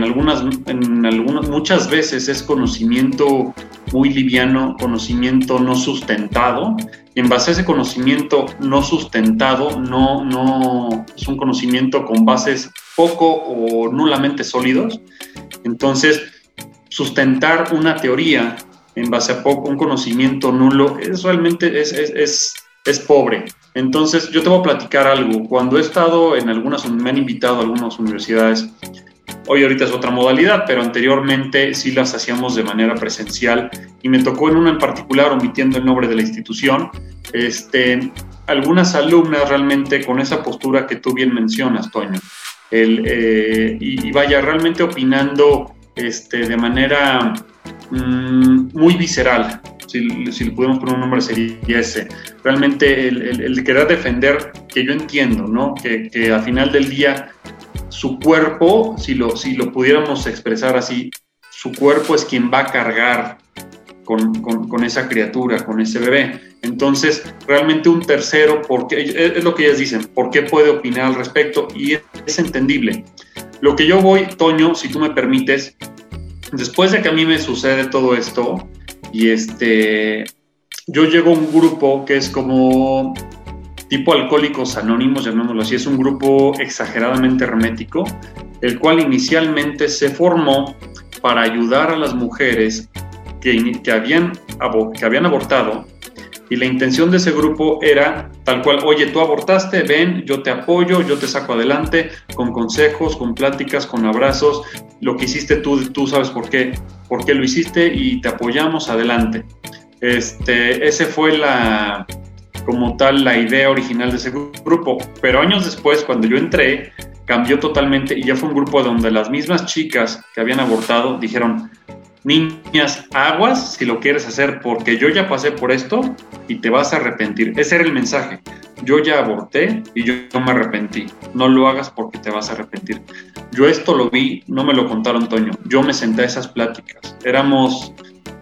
muchas veces es conocimiento muy liviano, conocimiento no sustentado, y en base a ese conocimiento no sustentado, no es un conocimiento con bases poco o nulamente sólidos. Entonces, sustentar una teoría en base a un conocimiento nulo es realmente es pobre. Entonces, yo te voy a platicar algo. Cuando he estado me han invitado a algunas universidades. Ahorita es otra modalidad, pero anteriormente sí las hacíamos de manera presencial, y me tocó en una en particular, omitiendo el nombre de la institución, algunas alumnas realmente con esa postura que tú bien mencionas, Toño, realmente opinando de manera muy visceral, si le pudiéramos poner un nombre sería ese, realmente el querer defender, que yo entiendo, ¿no? Que al final del día su cuerpo, si lo pudiéramos expresar así, su cuerpo es quien va a cargar con esa criatura, con ese bebé. Entonces, realmente un tercero, porque es lo que ellas dicen, ¿por qué puede opinar al respecto? Y es entendible. Lo que yo voy, Toño, si tú me permites, después de que a mí me sucede todo esto, y yo llego a un grupo que es como tipo Alcohólicos Anónimos, llamémoslo así, es un grupo exageradamente hermético, el cual inicialmente se formó para ayudar a las mujeres que habían abortado, y la intención de ese grupo era tal cual, oye, tú abortaste, ven, yo te apoyo, yo te saco adelante, con consejos, con pláticas, con abrazos, lo que hiciste tú sabes por qué lo hiciste y te apoyamos, adelante. Ese fue como tal la idea original de ese grupo, pero años después, cuando yo entré, cambió totalmente, y ya fue un grupo donde las mismas chicas que habían abortado dijeron, niñas, aguas si lo quieres hacer, porque yo ya pasé por esto y te vas a arrepentir. Ese era el mensaje. Yo ya aborté y yo me arrepentí. No lo hagas porque te vas a arrepentir. Yo esto lo vi, no me lo contaron, Toño. Yo me senté a esas pláticas. Éramos,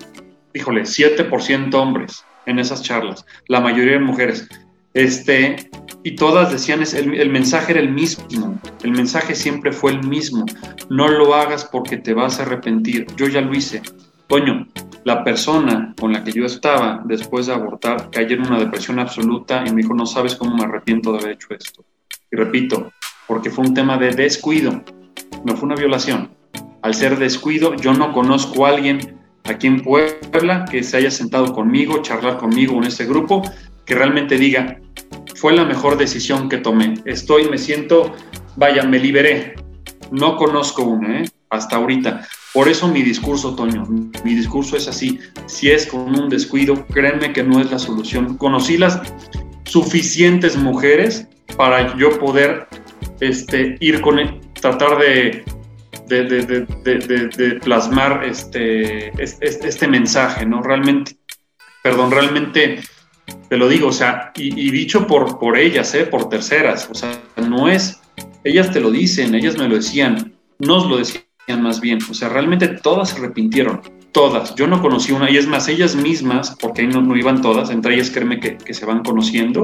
7% hombres en esas charlas. La mayoría eran mujeres. Y todas decían, el mensaje era el mismo. El mensaje siempre fue el mismo. No lo hagas porque te vas a arrepentir. Yo ya lo hice. Toño, la persona con la que yo estaba después de abortar cayó en una depresión absoluta y me dijo, no sabes cómo me arrepiento de haber hecho esto. Y repito, porque fue un tema de descuido. No fue una violación. Al ser descuido, yo no conozco a alguien aquí en Puebla que se haya sentado conmigo, charlar conmigo en este grupo, que realmente diga, fue la mejor decisión que tomé. Me siento, me liberé. No conozco una, hasta ahorita. Por eso mi discurso, Toño, mi discurso es así. Si es con un descuido, créanme que no es la solución. Conocí las suficientes mujeres para yo poder ir con tratar de plasmar este mensaje, ¿no? Realmente te lo digo, o sea, y dicho por ellas, por terceras, o sea, no es, ellas te lo dicen, ellas me lo decían, nos lo decían más bien, o sea, realmente todas se arrepintieron, todas. Yo no conocí una, y es más, ellas mismas, porque ahí no iban todas, entre ellas créeme que se van conociendo,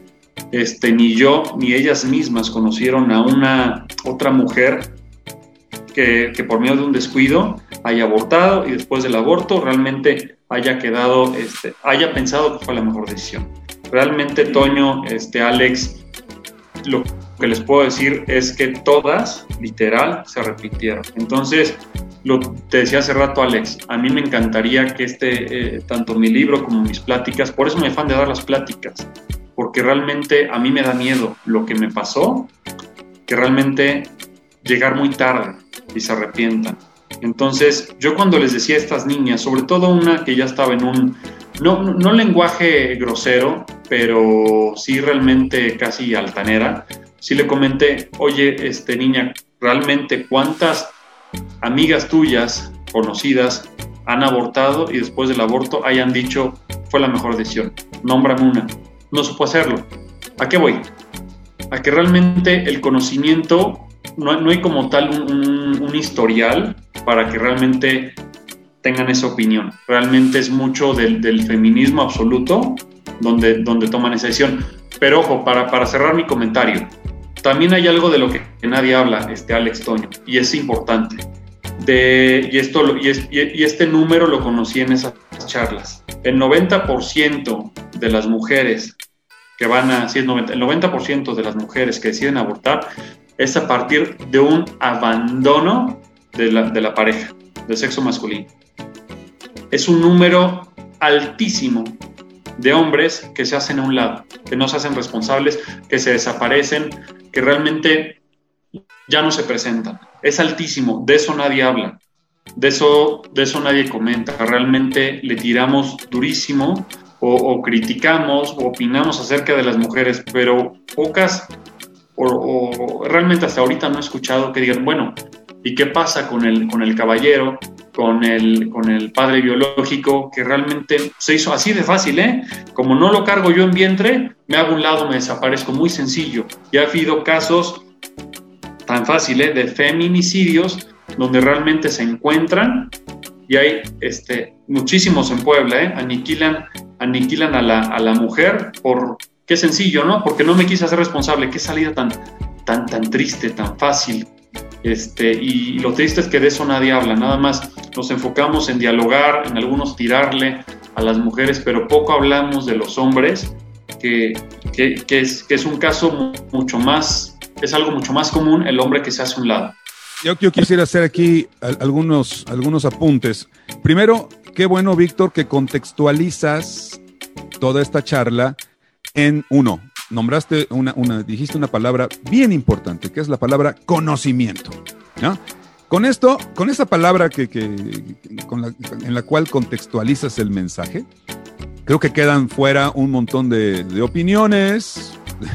ni yo ni ellas mismas conocieron a una otra mujer que por medio de un descuido haya abortado y después del aborto realmente haya quedado, haya pensado que fue la mejor decisión. Realmente, Toño, Alex, lo que les puedo decir es que todas, literal, se arrepintieron. Entonces, te decía hace rato, Alex, a mí me encantaría que tanto mi libro como mis pláticas, por eso me afán de dar las pláticas, porque realmente a mí me da miedo lo que me pasó, que realmente llegar muy tarde y se arrepientan. Entonces, yo cuando les decía a estas niñas, sobre todo una que ya estaba en un, no lenguaje grosero, pero sí realmente casi altanera, sí le comenté, oye, niña, realmente cuántas amigas tuyas, conocidas, han abortado y después del aborto hayan dicho, fue la mejor decisión, nómbrame una. No supo hacerlo. ¿A qué voy? A que realmente el conocimiento, no hay como tal un historial para que realmente tengan esa opinión. Realmente es mucho del feminismo absoluto donde toman esa decisión. Pero ojo, para cerrar mi comentario, también hay algo de lo que nadie habla, Alex, Toño, y es importante. Y este número lo conocí en esas charlas. El 90% de las mujeres que van a, sí, el 90% de las mujeres que deciden abortar es a partir de un abandono de la pareja, del sexo masculino. Es un número altísimo de hombres que se hacen a un lado, que no se hacen responsables, que se desaparecen, que realmente ya no se presentan. Es altísimo, de eso nadie habla, de eso nadie comenta. Realmente le tiramos durísimo o criticamos o opinamos acerca de las mujeres, pero pocas o realmente hasta ahorita no he escuchado que digan, bueno, ¿y qué pasa con el caballero, con el padre biológico, que realmente se hizo así de fácil, como no lo cargo yo en vientre, me hago a un lado, me desaparezco, muy sencillo? Ya ha habido casos tan fáciles de feminicidios donde realmente se encuentran y hay muchísimos en Puebla, aniquilan a la mujer por, qué sencillo, ¿no? Porque no me quise hacer responsable. Qué salida tan triste, tan fácil. Y lo triste es que de eso nadie habla, nada más nos enfocamos en dialogar, en algunos tirarle a las mujeres, pero poco hablamos de los hombres, que es un caso mucho más, es algo mucho más común, el hombre que se hace a un lado. Yo quisiera hacer aquí algunos apuntes. Primero, qué bueno, Víctor, que contextualizas toda esta charla en uno. Nombraste dijiste una palabra bien importante, que es la palabra conocimiento, ¿no? Con esa palabra en la cual contextualizas el mensaje, creo que quedan fuera un montón de opiniones,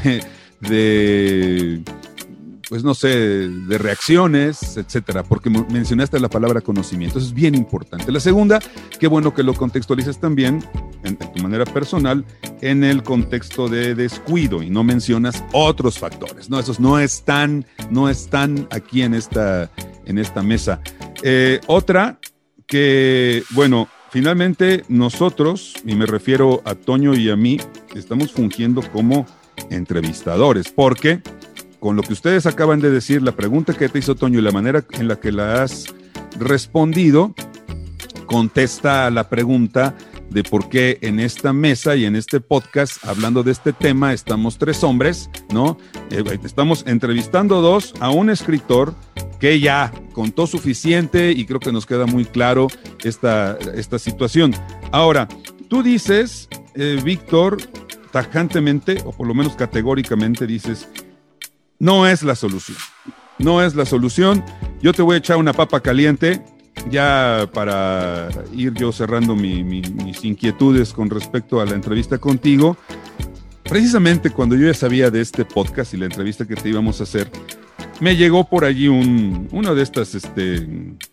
pues no sé, de reacciones, etcétera, porque mencionaste la palabra conocimiento. Eso es bien importante. La segunda, qué bueno que lo contextualices también en tu manera personal en el contexto de descuido y no mencionas otros factores, ¿no? Esos no están aquí en esta mesa. Otra que, bueno, finalmente nosotros, y me refiero a Toño y a mí, estamos fungiendo como entrevistadores, porque con lo que ustedes acaban de decir, la pregunta que te hizo Toño y la manera en la que la has respondido, contesta a la pregunta de por qué en esta mesa y en este podcast, hablando de este tema, estamos tres hombres, ¿no? Estamos entrevistando dos a un escritor que ya contó suficiente y creo que nos queda muy claro esta situación. Ahora, tú dices, Víctor, tajantemente, o por lo menos categóricamente dices, no es la solución. No es la solución. Yo te voy a echar una papa caliente ya para ir yo cerrando mis inquietudes con respecto a la entrevista contigo. Precisamente cuando yo ya sabía de este podcast y la entrevista que te íbamos a hacer, me llegó por allí uno de estas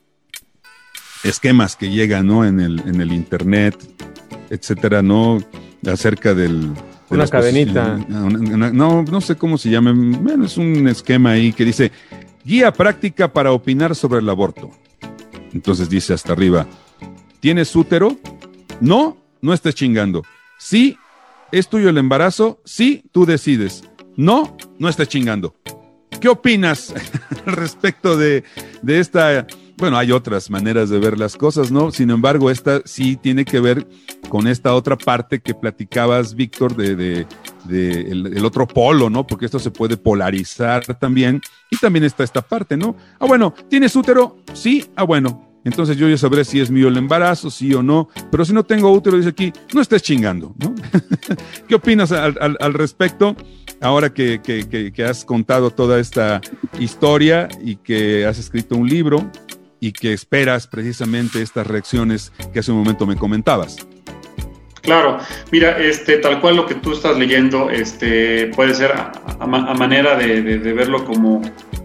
esquemas que llegan, ¿no? en el internet, etcétera, ¿no? acerca del... Una cadenita. No sé cómo se llama. Bueno, es un esquema ahí que dice, guía práctica para opinar sobre el aborto. Entonces dice hasta arriba, ¿tienes útero? No, no estés chingando. Sí, ¿es tuyo el embarazo? Sí, tú decides. No, no estés chingando. ¿Qué opinas al respecto de esta? Bueno, hay otras maneras de ver las cosas, ¿no? Sin embargo, esta sí tiene que ver con esta otra parte que platicabas, Víctor, de el otro polo, ¿no? Porque esto se puede polarizar también. Y también está esta parte, ¿no? Ah, bueno, ¿tienes útero? Sí, bueno. Entonces yo ya sabré si es mío el embarazo, sí o no. Pero si no tengo útero, dice aquí, no estés chingando, ¿no? ¿Qué opinas al respecto? Ahora que has contado toda esta historia y que has escrito un libro y que esperas precisamente estas reacciones que hace un momento me comentabas. Claro, mira, tal cual lo que tú estás leyendo, puede ser a manera de verlo como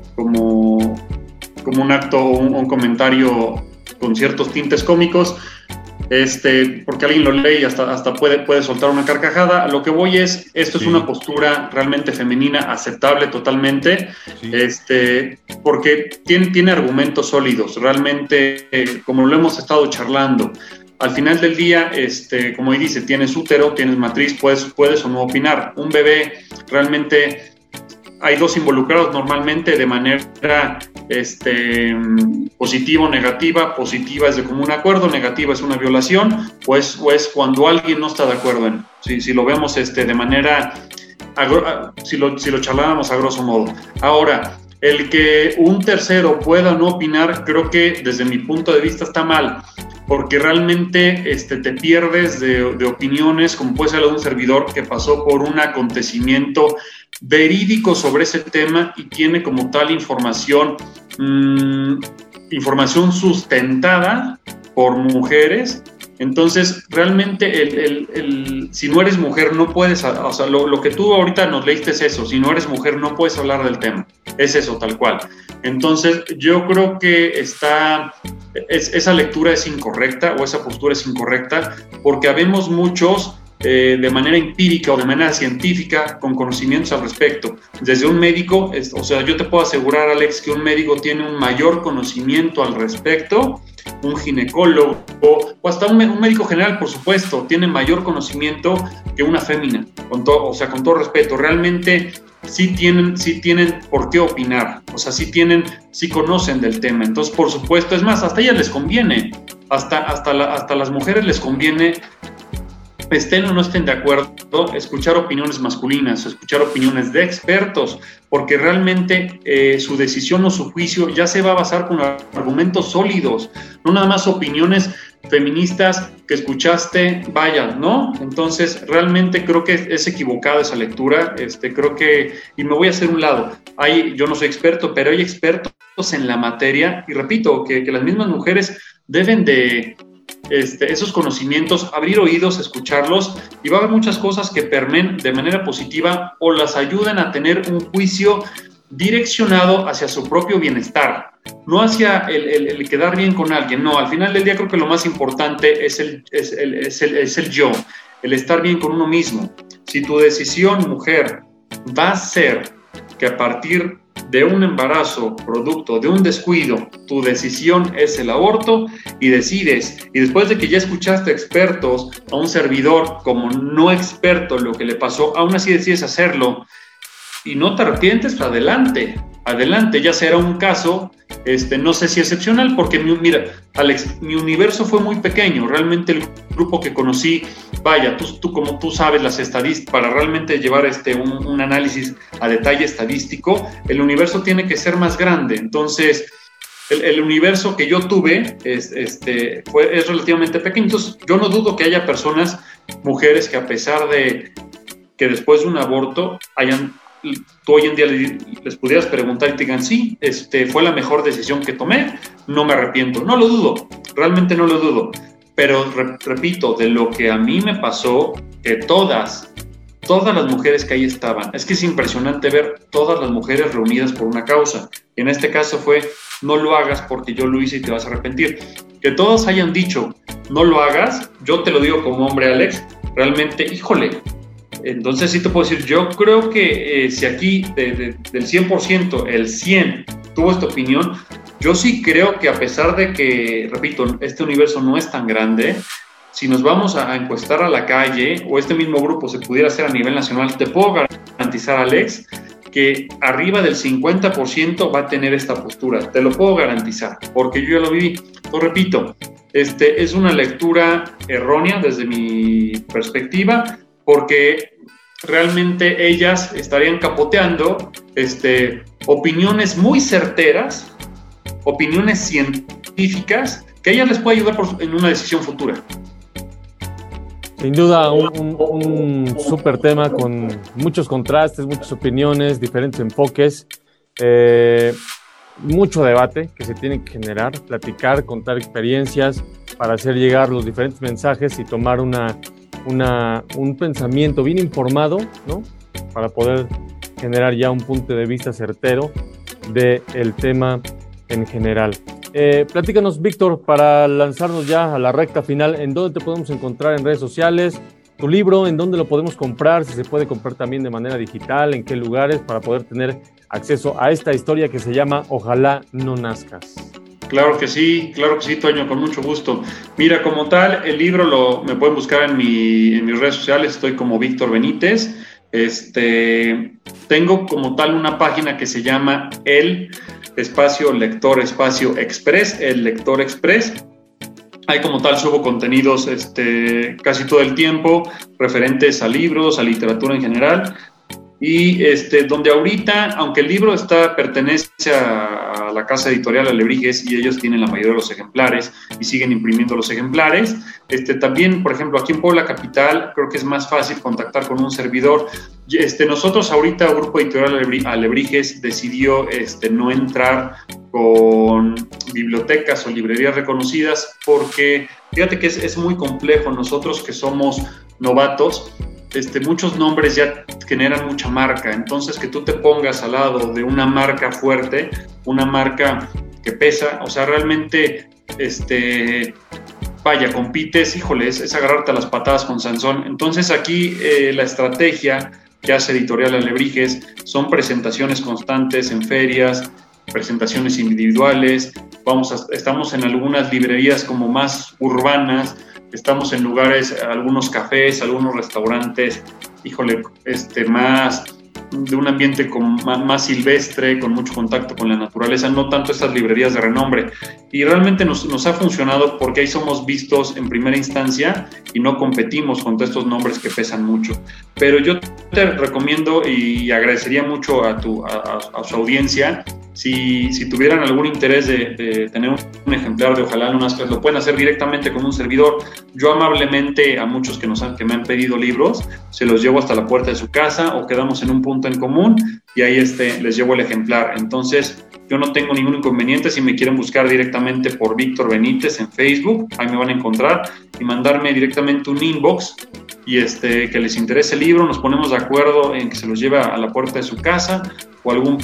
un acto o un comentario con ciertos tintes cómicos, porque alguien lo lee y hasta puede soltar una carcajada. Lo que voy es, esto es una postura realmente femenina, aceptable totalmente, porque tiene argumentos sólidos, realmente, como lo hemos estado charlando. Al final del día, como ahí dice, tienes útero, tienes matriz, puedes o no opinar. Un bebé, realmente hay dos involucrados normalmente de manera positiva o negativa. Positiva es de común acuerdo, negativa es una violación, o es cuando alguien no está de acuerdo si lo vemos de manera, si lo charláramos a grosso modo. Ahora, el que un tercero pueda no opinar, creo que desde mi punto de vista está mal, porque realmente te pierdes de opiniones, como puede ser la de un servidor que pasó por un acontecimiento verídico sobre ese tema y tiene como tal información sustentada por mujeres. Entonces, realmente, si no eres mujer, no puedes, o sea, lo que tú ahorita nos leíste es eso, si no eres mujer, no puedes hablar del tema, es eso, tal cual. Entonces, yo creo que esa lectura es incorrecta, o esa postura es incorrecta, porque habemos muchos, de manera empírica o de manera científica, con conocimientos al respecto. Desde un médico, o sea, yo te puedo asegurar, Alex, que un médico tiene un mayor conocimiento al respecto, un ginecólogo, o hasta un médico general, por supuesto, tiene mayor conocimiento que una fémina, con todo respeto. Realmente sí tienen por qué opinar, o sea, sí conocen del tema. Entonces, por supuesto, es más, hasta a ellas les conviene, hasta las mujeres les conviene, estén o no estén de acuerdo, escuchar opiniones masculinas, escuchar opiniones de expertos, porque realmente su decisión o su juicio ya se va a basar con argumentos sólidos, no nada más opiniones feministas que escuchaste, vaya, ¿no? Entonces, realmente creo que es equivocada esa lectura, creo que, y me voy a hacer un lado, yo no soy experto, pero hay expertos en la materia, y repito, que las mismas mujeres deben de esos conocimientos, abrir oídos, escucharlos, y va a haber muchas cosas que permeen de manera positiva o las ayuden a tener un juicio direccionado hacia su propio bienestar, no hacia el quedar bien con alguien. No, al final del día creo que lo más importante es el yo, el estar bien con uno mismo. Si tu decisión, mujer, va a ser que a partir de un embarazo, producto de un descuido, tu decisión es el aborto y decides, y después de que ya escuchaste expertos, a un servidor como no experto lo que le pasó, aún así decides hacerlo y no te arrepientes, adelante, ya será un caso, no sé si excepcional, porque mira, Alex, mi universo fue muy pequeño, realmente el grupo que conocí, vaya, como tú sabes las estadísticas, para realmente llevar un análisis a detalle estadístico, el universo tiene que ser más grande. Entonces, el universo que yo tuve es relativamente pequeño. Entonces, yo no dudo que haya personas, mujeres, que a pesar de que después de un aborto tú hoy en día les pudieras preguntar y te digan, sí, fue la mejor decisión que tomé, no me arrepiento. No lo dudo, realmente no lo dudo. Pero repito, de lo que a mí me pasó, que todas las mujeres que ahí estaban, es que es impresionante ver todas las mujeres reunidas por una causa. Y en este caso fue, no lo hagas porque yo lo hice y te vas a arrepentir. Que todas hayan dicho, no lo hagas, yo te lo digo como hombre, Alex, realmente, híjole, entonces sí te puedo decir, yo creo que si aquí del 100%, el 100 tuvo esta opinión, yo sí creo que a pesar de que, repito, este universo no es tan grande, si nos vamos a encuestar a la calle o este mismo grupo se pudiera hacer a nivel nacional, te puedo garantizar, Alex, que arriba del 50% va a tener esta postura. Te lo puedo garantizar, porque yo ya lo viví. Lo repito, es una lectura errónea desde mi perspectiva, porque realmente ellas estarían capoteando opiniones muy certeras, opiniones científicas, que a ellas les puede ayudar en una decisión futura. Sin duda, un súper tema con muchos contrastes, muchas opiniones, diferentes enfoques, mucho debate que se tiene que generar, platicar, contar experiencias para hacer llegar los diferentes mensajes y tomar un pensamiento bien informado, ¿no? Para poder generar ya un punto de vista certero del tema en general. Platícanos, Víctor, para lanzarnos ya a la recta final, ¿en dónde te podemos encontrar en redes sociales? Tu libro, ¿en dónde lo podemos comprar? Si se puede comprar también de manera digital, ¿en qué lugares? Para poder tener acceso a esta historia que se llama Ojalá no nazcas. Claro que sí, Toño, con mucho gusto. Mira, como tal, el libro me pueden buscar en mis redes sociales, estoy como Víctor Benítez. Tengo como tal una página que se llama El Lector Express, El Lector Express. Ahí como tal subo contenidos casi todo el tiempo referentes a libros, a literatura en general. Y donde ahorita, aunque el libro pertenece a la casa editorial Alebrijes y ellos tienen la mayoría de los ejemplares y siguen imprimiendo los ejemplares, también, por ejemplo, aquí en Puebla Capital, creo que es más fácil contactar con un servidor. Nosotros ahorita, el Grupo Editorial Alebrijes decidió no entrar con bibliotecas o librerías reconocidas porque, fíjate que es muy complejo. Nosotros que somos novatos, muchos nombres ya generan mucha marca, entonces que tú te pongas al lado de una marca fuerte, una marca que pesa, o sea, realmente, compites, híjole, es agarrarte a las patadas con Sansón. Entonces aquí la estrategia que hace Editorial Alebrijes son presentaciones constantes en ferias, presentaciones individuales, estamos en algunas librerías como más urbanas, estamos en lugares, algunos cafés, algunos restaurantes, híjole, más de un ambiente más silvestre, con mucho contacto con la naturaleza, no tanto estas librerías de renombre. Y realmente nos ha funcionado porque ahí somos vistos en primera instancia y no competimos contra estos nombres que pesan mucho. Pero yo te recomiendo y agradecería mucho a su audiencia, si tuvieran algún interés de tener un ejemplar de Ojalá no nazcas, lo pueden hacer directamente con un servidor. Yo amablemente a muchos que me han pedido libros, se los llevo hasta la puerta de su casa o quedamos en un punto en común y ahí les llevo el ejemplar. Entonces yo no tengo ningún inconveniente. Si me quieren buscar directamente por Víctor Benítez en Facebook, ahí me van a encontrar, y mandarme directamente un inbox y que les interese el libro, nos ponemos de acuerdo en que se los lleve a la puerta de su casa o algún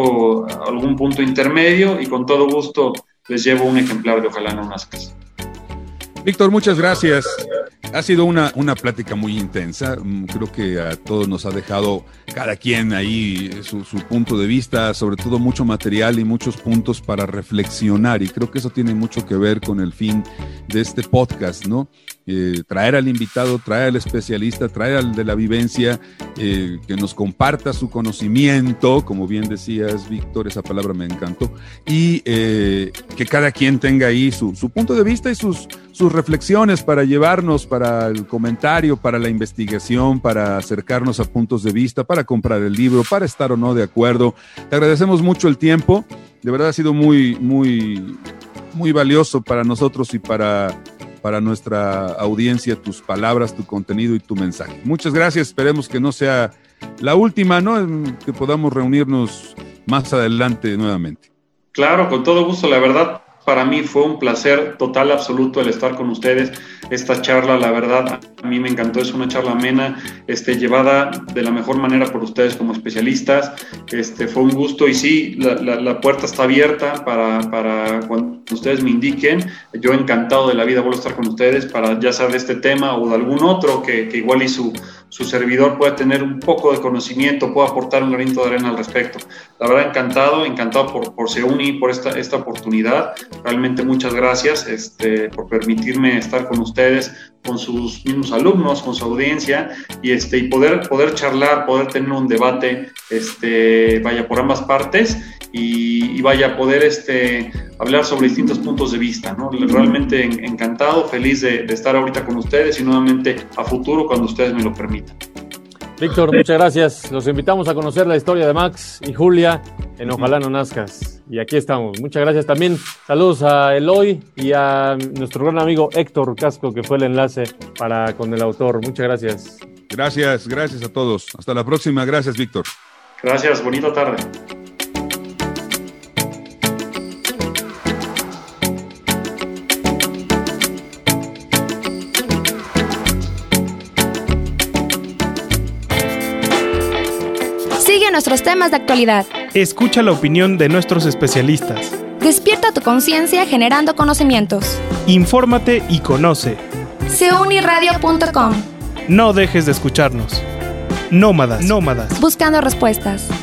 punto intermedio, y con todo gusto les llevo un ejemplar de Ojalá no nazcas. Víctor, muchas gracias. Ha sido una plática muy intensa. Creo que a todos nos ha dejado cada quien ahí su punto de vista, sobre todo mucho material y muchos puntos para reflexionar, y creo que eso tiene mucho que ver con el fin de este podcast, ¿no? Traer al invitado, traer al especialista, traer al de la vivencia, que nos comparta su conocimiento, como bien decías, Víctor, esa palabra me encantó, y que cada quien tenga ahí su punto de vista y sus reflexiones para llevarnos, para el comentario, para la investigación, para acercarnos a puntos de vista, para comprar el libro, para estar o no de acuerdo. Te agradecemos mucho el tiempo, de verdad ha sido muy, muy, muy valioso para nosotros y para nuestra audiencia, tus palabras, tu contenido y tu mensaje. Muchas gracias, esperemos que no sea la última, ¿no? Que podamos reunirnos más adelante nuevamente. Claro, con todo gusto, la verdad, para mí fue un placer total, absoluto el estar con ustedes. Esta charla, la verdad, a mí me encantó, es una charla amena, llevada de la mejor manera por ustedes como especialistas. Fue un gusto, y sí, la puerta está abierta para cuando ustedes me indiquen, yo encantado de la vida vuelvo a estar con ustedes para ya sea de este tema o de algún otro que igual y su servidor pueda tener un poco de conocimiento, pueda aportar un granito de arena al respecto. La verdad, encantado por Seuni, por esta oportunidad. Realmente muchas gracias por permitirme estar con ustedes, con sus mismos alumnos, con su audiencia, y poder charlar, poder tener un debate, por ambas partes, y poder hablar sobre distintos puntos de vista, ¿no? Realmente encantado, feliz de estar ahorita con ustedes y nuevamente a futuro cuando ustedes me lo permitan. Víctor, muchas gracias. Los invitamos a conocer la historia de Max y Julia en Ojalá No Nazcas. Y aquí estamos. Muchas gracias también. Saludos a Eloy y a nuestro gran amigo Héctor Casco, que fue el enlace con el autor. Muchas gracias. Gracias a todos. Hasta la próxima. Gracias, Víctor. Gracias, bonita tarde. Sigue nuestros temas de actualidad. Escucha la opinión de nuestros especialistas. Despierta tu conciencia generando conocimientos. Infórmate y conoce. seuniradio.com. No dejes de escucharnos. Nómadas. Buscando respuestas.